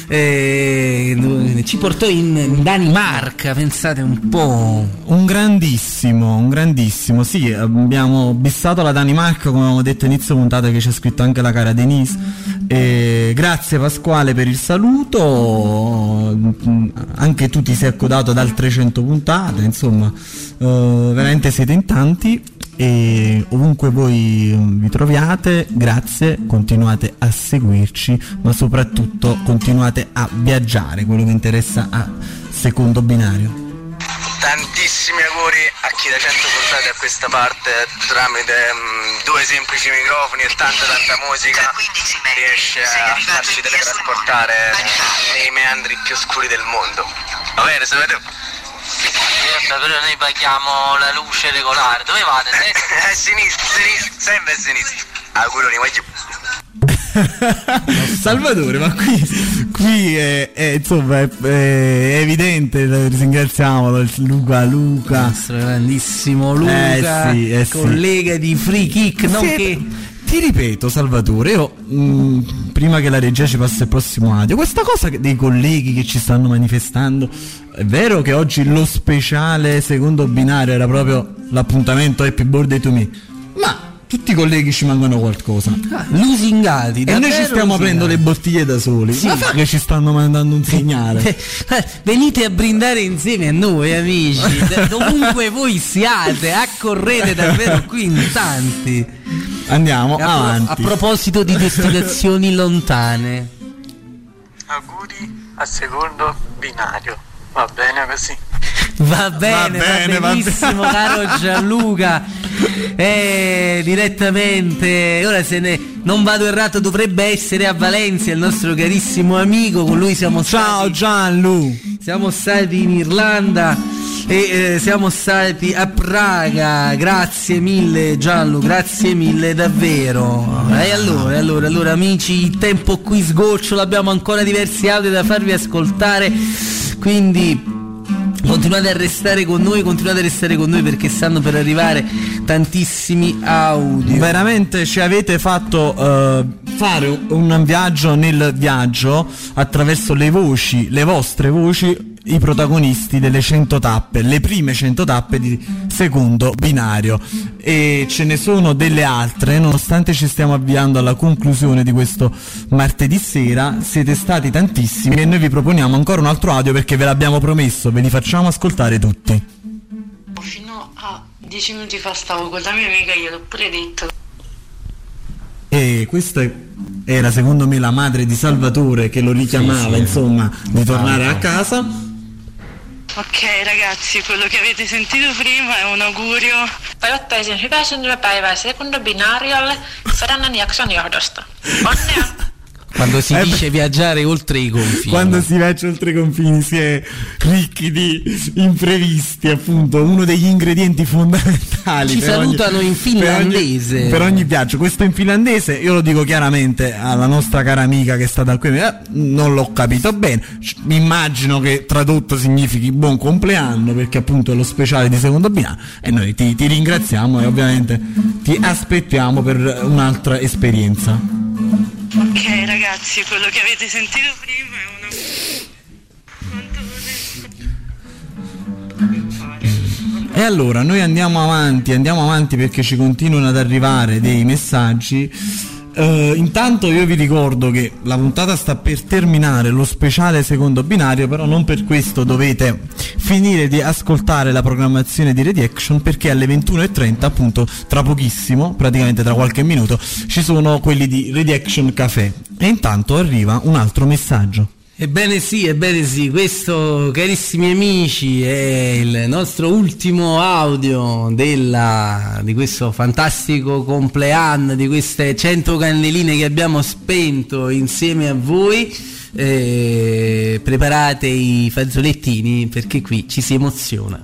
[SPEAKER 10] Eh, ci portò in Danimarca, pensate un po'.
[SPEAKER 11] Un grandissimo, un grandissimo. Sì, abbiamo bissato la Danimarca, come avevamo detto inizio puntata, che c'è scritto anche la cara Denise. Eh, grazie Pasquale per il saluto. Anche tu ti sei accodato ad altre cento puntate, insomma, eh, veramente siete in tanti. E ovunque voi vi troviate, grazie, continuate a seguirci, ma soprattutto continuate a viaggiare, quello che interessa a Secondo Binario.
[SPEAKER 22] Tantissimi auguri a chi da cento puntate a questa parte tramite um, due semplici microfoni e tanta tanta musica riesce a farci teletrasportare nei meandri più oscuri del mondo. Va bene, sapete?
[SPEAKER 7] Però noi paghiamo la luce regolare. Dove vado?
[SPEAKER 22] A sinistra, sinistra, sempre a sinistra. Auguroni, vai giù.
[SPEAKER 11] Salvatore, ma qui, qui è, è, insomma, è, è evidente, ringraziamo Luca Luca,
[SPEAKER 10] il nostro grandissimo Luca,
[SPEAKER 11] eh sì, eh
[SPEAKER 10] collega sì. di Free Kick, nonché...
[SPEAKER 11] Ti ripeto Salvatore, io mh, prima che la regia ci passi il prossimo audio, questa cosa dei colleghi che ci stanno manifestando, è vero che oggi lo speciale Secondo Binario era proprio l'appuntamento Happy Birthday to Me, ma tutti i colleghi ci mancano qualcosa,
[SPEAKER 10] ah, lusingati,
[SPEAKER 11] e noi ci stiamo aprendo le bottiglie da soli, sì. Ma fa che ci stanno mandando un segnale.
[SPEAKER 10] Venite a brindare insieme a noi amici, dovunque voi siate, accorrete davvero qui in tanti.
[SPEAKER 11] Andiamo a avanti.
[SPEAKER 10] A proposito di destinazioni lontane,
[SPEAKER 17] auguri a Secondo Binario. Va bene così.
[SPEAKER 10] Va bene, va, bene, va benissimo, va caro Gianluca. Eh, direttamente, ora se ne non vado errato, dovrebbe essere a Valencia il nostro carissimo amico. Con lui siamo stati.
[SPEAKER 11] Ciao Gianlu.
[SPEAKER 10] Siamo stati in Irlanda e eh, siamo stati a Praga. Grazie mille Gianlu, grazie mille davvero. E allora, allora, allora amici, il tempo qui sgocciola, abbiamo ancora diversi audio da farvi ascoltare, quindi continuate a restare con noi, continuate a restare con noi perché stanno per arrivare tantissimi audio.
[SPEAKER 11] Veramente ci avete fatto uh, fare un viaggio nel viaggio attraverso le voci, le vostre voci, i protagonisti delle cento tappe, le prime cento tappe di Secondo Binario, e ce ne sono delle altre, nonostante ci stiamo avviando alla conclusione di questo martedì sera. Siete stati tantissimi e noi vi proponiamo ancora un altro audio perché ve l'abbiamo promesso, ve li facciamo ascoltare tutti.
[SPEAKER 20] Fino a dieci minuti fa stavo con la mia amica, gliel'ho pure detto.
[SPEAKER 11] E questa era secondo me la madre di Salvatore che lo richiamava, sì, sì, insomma, di tornare a casa.
[SPEAKER 20] Ok ragazzi, quello che avete sentito prima è un augurio.
[SPEAKER 23] Toivottaisin hyvää syntymäpäivää Secondo Binariolle sadan jakson johdosta. Onnea!
[SPEAKER 10] Quando si
[SPEAKER 11] Eh,
[SPEAKER 10] dice
[SPEAKER 11] beh,
[SPEAKER 10] viaggiare oltre i confini.
[SPEAKER 11] quando si viaggia oltre i confini si è ricchi di imprevisti, appunto, uno degli ingredienti fondamentali.
[SPEAKER 10] Ci
[SPEAKER 11] per
[SPEAKER 10] salutano
[SPEAKER 11] ogni,
[SPEAKER 10] in finlandese.
[SPEAKER 11] Per ogni, per ogni viaggio. Questo in finlandese, io lo dico chiaramente alla nostra cara amica che è stata qui, eh, non l'ho capito bene. Mi immagino che tradotto significhi buon compleanno, perché appunto è lo speciale di secondo binario, e noi ti, ti ringraziamo e ovviamente ti aspettiamo per un'altra esperienza.
[SPEAKER 20] Ok ragazzi, quello che avete sentito prima è una...
[SPEAKER 11] E allora noi andiamo avanti, andiamo avanti perché ci continuano ad arrivare dei messaggi. Uh, intanto io vi ricordo che la puntata sta per terminare, lo speciale secondo binario, però non per questo dovete finire di ascoltare la programmazione di Radio Action, perché alle ventuno e trenta, appunto tra pochissimo, praticamente tra qualche minuto, ci sono quelli di Radio Action Café. E intanto arriva un altro messaggio.
[SPEAKER 10] Ebbene sì, ebbene sì, questo, carissimi amici, è il nostro ultimo audio della, di questo fantastico compleanno, di queste cento candeline che abbiamo spento insieme a voi. Eh, preparate i fazzolettini perché qui ci si emoziona.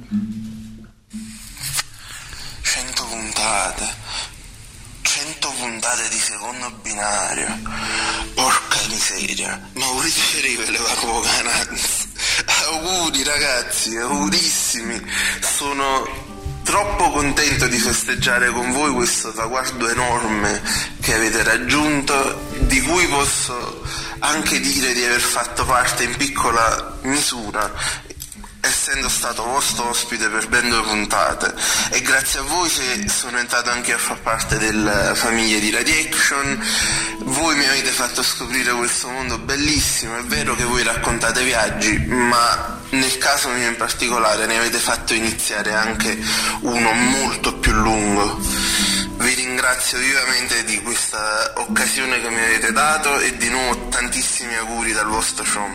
[SPEAKER 12] cento puntate, cento puntate di secondo binario, porca miseria, Maurizio Rivele va con cananza. Auguri ragazzi, augurissimi, sono troppo contento di festeggiare con voi questo traguardo enorme che avete raggiunto, di cui posso anche dire di aver fatto parte in piccola misura, essendo stato vostro ospite per ben due puntate, e grazie a voi che sono entrato anche a far parte della famiglia di Radio Action. Voi mi avete fatto scoprire questo mondo bellissimo. È vero che voi raccontate viaggi, ma nel caso mio in particolare ne avete fatto iniziare anche uno molto più lungo. Vi ringrazio vivamente di questa occasione che mi avete dato e di nuovo tantissimi auguri dal vostro show.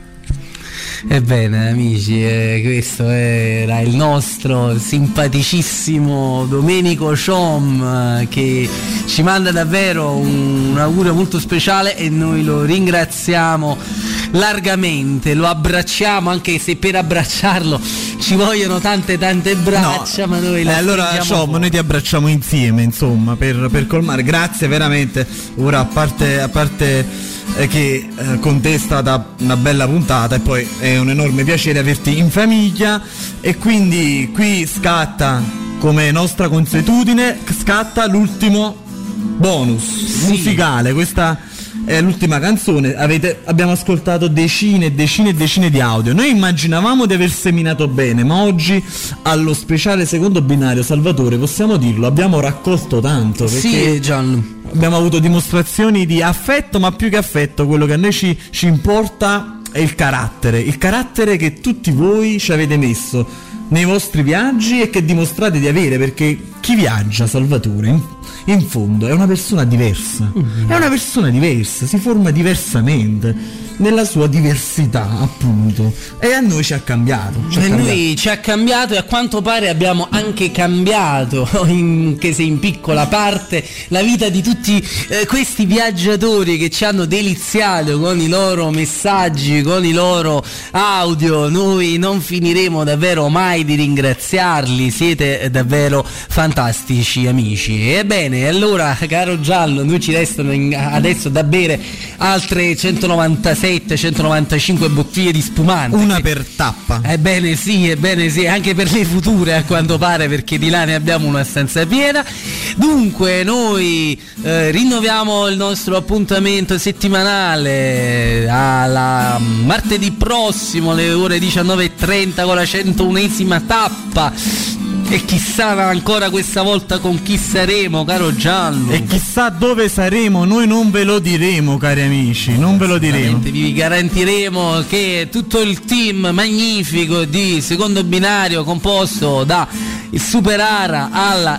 [SPEAKER 10] Ebbene amici, eh, questo era il nostro simpaticissimo Domenico Ciom, eh, che ci manda davvero un, un augurio molto speciale e noi lo ringraziamo largamente, lo abbracciamo, anche se per abbracciarlo ci vogliono tante tante braccia, no, ma noi la
[SPEAKER 11] eh, allora Ciom, noi ti abbracciamo insieme, insomma, per, per colmare. Grazie veramente. Ora a parte, a parte eh, che eh, con te è stata una bella puntata, e poi è un enorme piacere averti in famiglia, e quindi qui scatta, come nostra consuetudine, scatta l'ultimo bonus sì. musicale. Questa è l'ultima canzone. Avete, abbiamo ascoltato decine e decine e decine di audio. Noi immaginavamo di aver seminato bene, ma oggi allo speciale secondo binario, Salvatore, possiamo dirlo, abbiamo raccolto tanto, perché
[SPEAKER 10] sì, Gian.
[SPEAKER 11] abbiamo avuto dimostrazioni di affetto, ma più che affetto quello che a noi ci, ci importa è il carattere, il carattere che tutti voi ci avete messo nei vostri viaggi e che dimostrate di avere, perché chi viaggia, Salvatore, in, in fondo è una persona diversa, mm-hmm. è una persona diversa, si forma diversamente nella sua diversità, appunto, e a noi ci ha cambiato, ci
[SPEAKER 10] e
[SPEAKER 11] ha
[SPEAKER 10] noi
[SPEAKER 11] cambiato.
[SPEAKER 10] ci ha cambiato, e a quanto pare abbiamo anche cambiato, anche se in piccola parte, la vita di tutti eh, questi viaggiatori che ci hanno deliziato con i loro messaggi, con i loro audio. Noi non finiremo davvero mai di ringraziarli, siete davvero fantastici amici. Ebbene, allora caro Giallo, noi ci restano in, adesso da bere altre centonovantasei centonovantacinque bottiglie di spumante,
[SPEAKER 11] una per tappa.
[SPEAKER 10] Ebbene sì, ebbene sì, anche per le future a quanto pare, perché di là ne abbiamo una stanza piena. Dunque noi eh, rinnoviamo il nostro appuntamento settimanale alla martedì prossimo alle ore diciannove e trenta con la centounesima tappa. E chissà ancora questa volta con chi saremo, caro Gianlu.
[SPEAKER 11] E chissà dove saremo, noi non ve lo diremo, cari amici, non ve lo diremo.
[SPEAKER 10] Vi garantiremo che tutto il team magnifico di secondo binario, composto da il Super Ara alla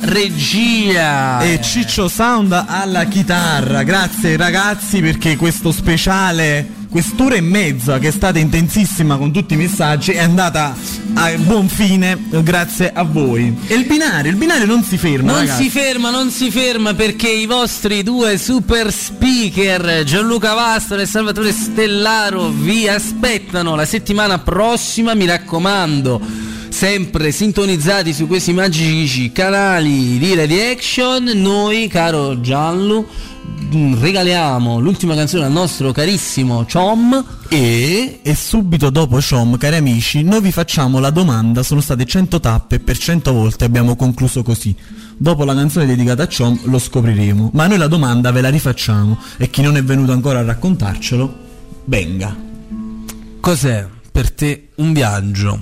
[SPEAKER 10] regia
[SPEAKER 11] e Ciccio Sound alla chitarra. Grazie ragazzi, perché questo speciale quest'ora e mezza che è stata intensissima con tutti i messaggi è andata a buon fine grazie a voi. E il binario, il binario non si ferma,
[SPEAKER 10] non
[SPEAKER 11] ragazzi.
[SPEAKER 10] si ferma, non si ferma perché i vostri due super speaker Gianluca Vastor e Salvatore Stellaro vi aspettano la settimana prossima, mi raccomando, sempre sintonizzati su questi magici canali di Reaction. Noi, caro Gianlu, regaliamo l'ultima canzone al nostro carissimo Chom
[SPEAKER 11] e, e subito dopo Chom, cari amici, noi vi facciamo la domanda. Sono state cento tappe e per cento volte abbiamo concluso così. Dopo la canzone dedicata a Chom lo scopriremo, ma noi la domanda ve la rifacciamo e chi non è venuto ancora a raccontarcelo venga.
[SPEAKER 10] Cos'è per te un viaggio?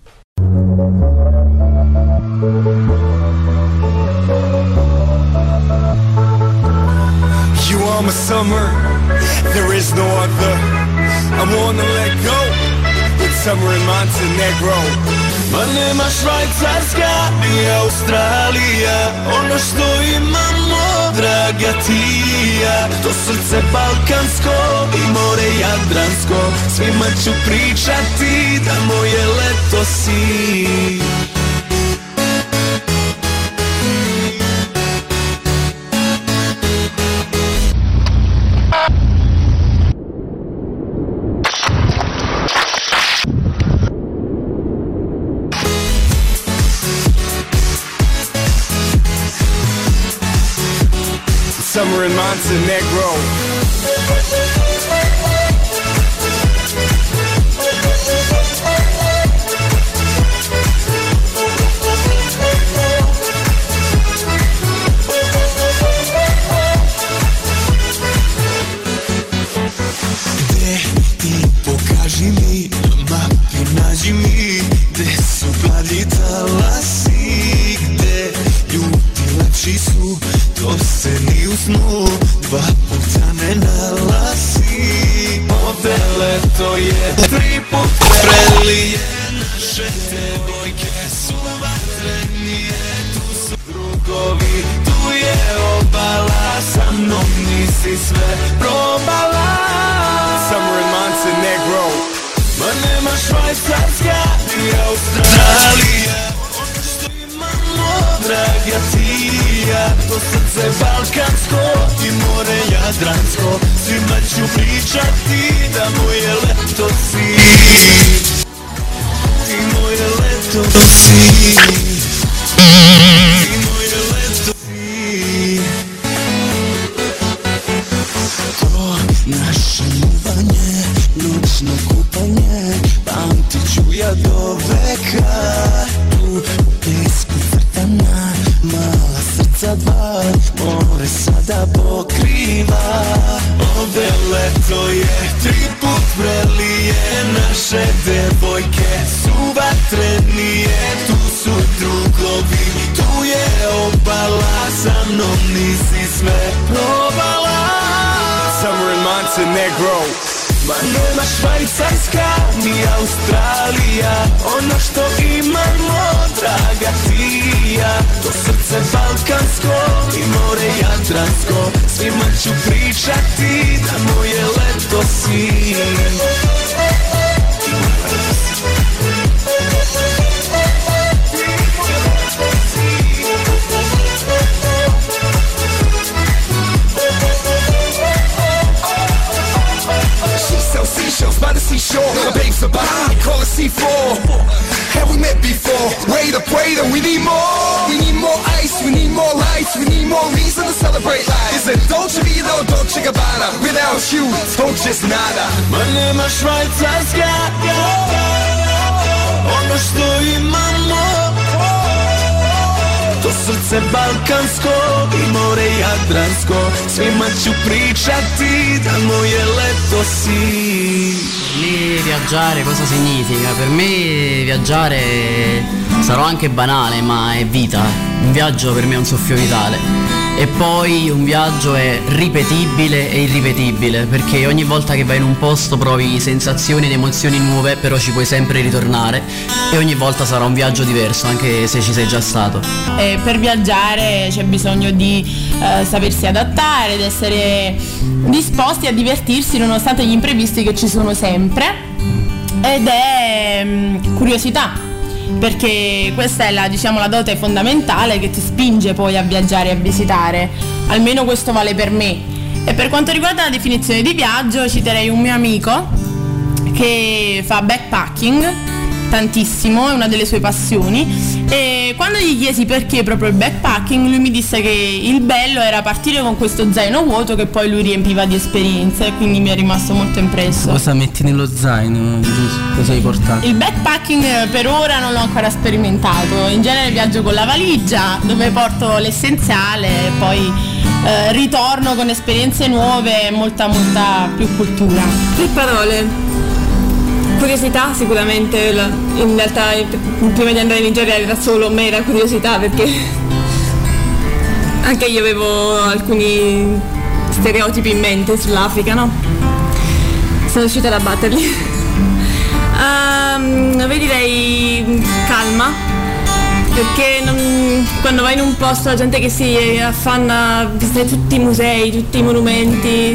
[SPEAKER 15] You are my summer, there is no other. I wanna let go, with summer in Montenegro. Ma nema Švajcarska ni Australija, ono što imamo, draga tija. To srce balkansko i more jadransko, svima ću pričati da moje leto si. Summer in Montenegro. Gde ti pokaži mi, mapi nađi mi, gde su plavlji talasi, gde ljudi lepši su, to se ni u snu dva puta ne nalasi. Ovde leto je tri put prelije, naše devojke su vatrenije, tu su drugovi, tu je obala, sa mnom nisi sve probala. Summer in Montenegro. Ma nema Švajcarska ni Australija, ono što imamo, draga tija. To srce balkansko i more jadransko, svima ću pričati da moje leto si. Ti moje leto si. Ti moje leto si. To naše ljubanje, noćno kupanje, pamtit ću ja do veka. Tu u pesku crtana, mala srca dva, more sada pokriva. Ovde leto je tri put prelije, naše devojke su vatrenije, tu su drugovi, tu je obala, sa mnom nisi sve probala. Summer in Montenegro. Ma nema Švajcarska ni Australija, ono što imamo, draga tija. To srce balkansko i more jadransko, svima ću pričati da moje leto si. Seashells by the seashore, my babe's a bar, call it C four. Have we met before? Wait up, wait up, we need more. We need more ice, we need more lights, we need more reason to celebrate life. Is it Dolce Vita or Dolce Gabbana? Without you, Dolce's nada. Ma nema Švajcarska, ono što imamo, to srce balkansko i more jadransko, svima ću pričati da moje leto si.
[SPEAKER 5] Per me viaggiare cosa significa? Per me viaggiare sarò anche banale, ma è vita. Un viaggio per me è un soffio vitale. E poi un viaggio è ripetibile e irripetibile, perché ogni volta che vai in un posto provi sensazioni ed emozioni nuove, però ci puoi sempre ritornare e ogni volta sarà un viaggio diverso, anche se ci sei già stato.
[SPEAKER 8] E per viaggiare c'è bisogno di eh, sapersi adattare, ed essere disposti a divertirsi nonostante gli imprevisti che ci sono sempre, ed è mh, curiosità. Perché questa è la, diciamo, la dote fondamentale che ti spinge poi a viaggiare e a visitare, almeno questo vale per me. E per quanto riguarda la definizione di viaggio, citerei un mio amico che fa backpacking tantissimo, è una delle sue passioni, e quando gli chiesi perché proprio il backpacking, lui mi disse che il bello era partire con questo zaino vuoto che poi lui riempiva di esperienze, e quindi mi è rimasto molto impresso.
[SPEAKER 10] Cosa metti nello zaino? Cosa hai portato?
[SPEAKER 8] Il backpacking per ora non l'ho ancora sperimentato, in genere viaggio con la valigia dove porto l'essenziale e poi eh, ritorno con esperienze nuove e molta molta più cultura.
[SPEAKER 16] Tre parole. Curiosità sicuramente, in realtà prima di andare in Nigeria era solo mera curiosità, perché anche io avevo alcuni stereotipi in mente sull'Africa, no? Sono riuscita ad abbatterli. Um, vi direi calma, perché non, quando vai in un posto la gente che si affanna a visitare tutti i musei, tutti i monumenti,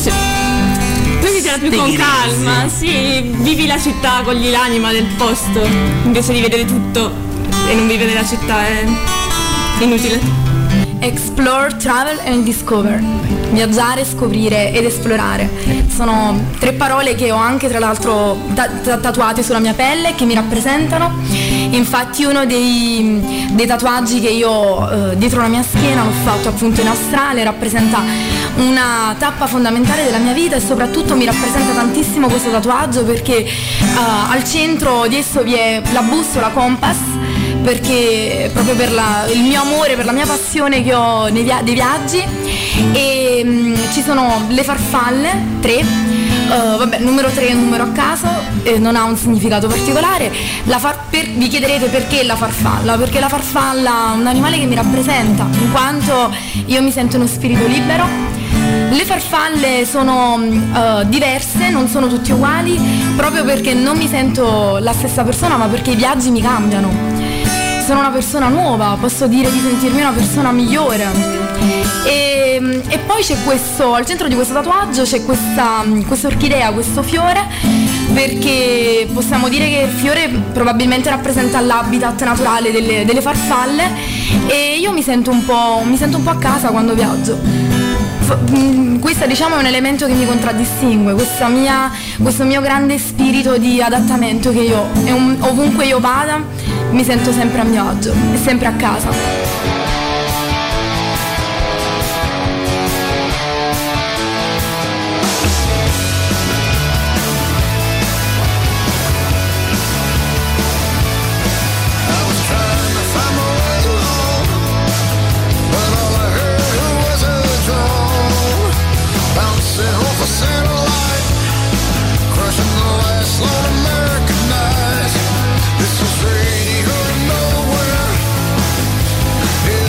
[SPEAKER 16] quindi ti più con calma, sì, vivi la città, cogli l'anima del posto, invece di vedere tutto e non vivere la città è inutile.
[SPEAKER 23] Explore, travel and discover. Viaggiare, scoprire ed esplorare. Sono tre parole che ho anche tra l'altro tatuate sulla mia pelle e che mi rappresentano. Infatti uno dei, dei tatuaggi che io ho eh, dietro la mia schiena l'ho fatto appunto in Australia, rappresenta una tappa fondamentale della mia vita e soprattutto mi rappresenta tantissimo questo tatuaggio perché eh, al centro di esso vi è la bussola Compass, perché proprio per la, il mio amore, per la mia passione che ho nei via- dei viaggi, e mh, ci sono le farfalle, tre, uh, vabbè, numero tre è un numero a caso, eh, non ha un significato particolare. La far- per- vi chiederete perché la farfalla? Perché la farfalla è un animale che mi rappresenta, in quanto io mi sento uno spirito libero. Le farfalle sono uh, diverse, non sono tutte uguali, proprio perché non mi sento la stessa persona, ma perché i viaggi mi cambiano. Sono una persona nuova, posso dire di sentirmi una persona migliore. E, e poi c'è questo, al centro di questo tatuaggio c'è questa questa orchidea, questo fiore, perché possiamo dire che il fiore probabilmente rappresenta l'habitat naturale delle, delle farfalle, e io mi sento un po', mi sento un po' a casa quando viaggio. Questo, diciamo, è un elemento che mi contraddistingue, questa mia, questo mio grande spirito di adattamento che io ho, e un, ovunque io vada mi sento sempre a mio agio e sempre a casa.
[SPEAKER 15] This is radio nowhere.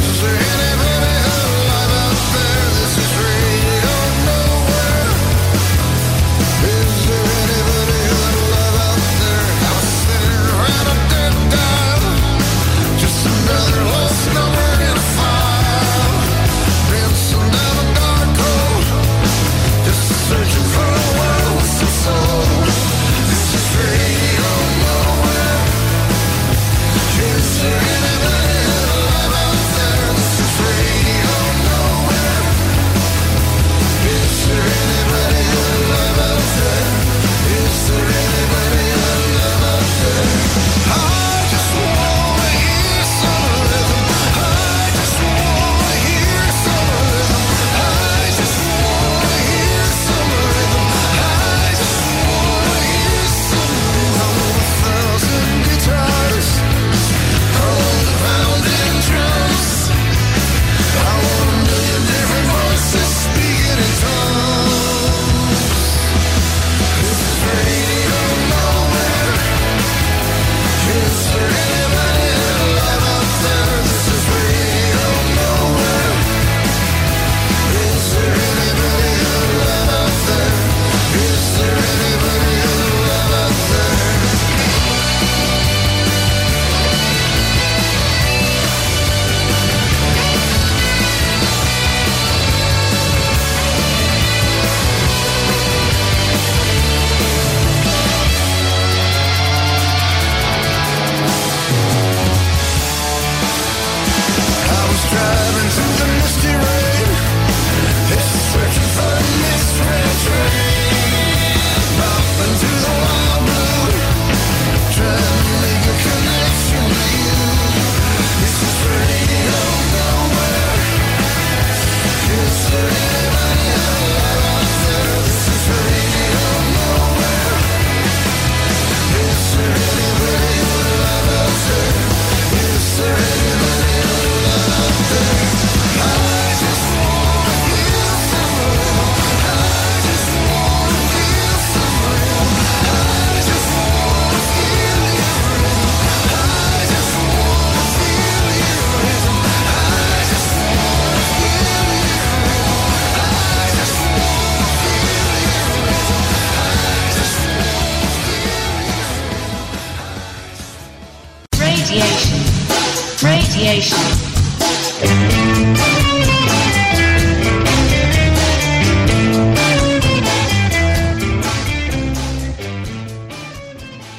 [SPEAKER 4] Association.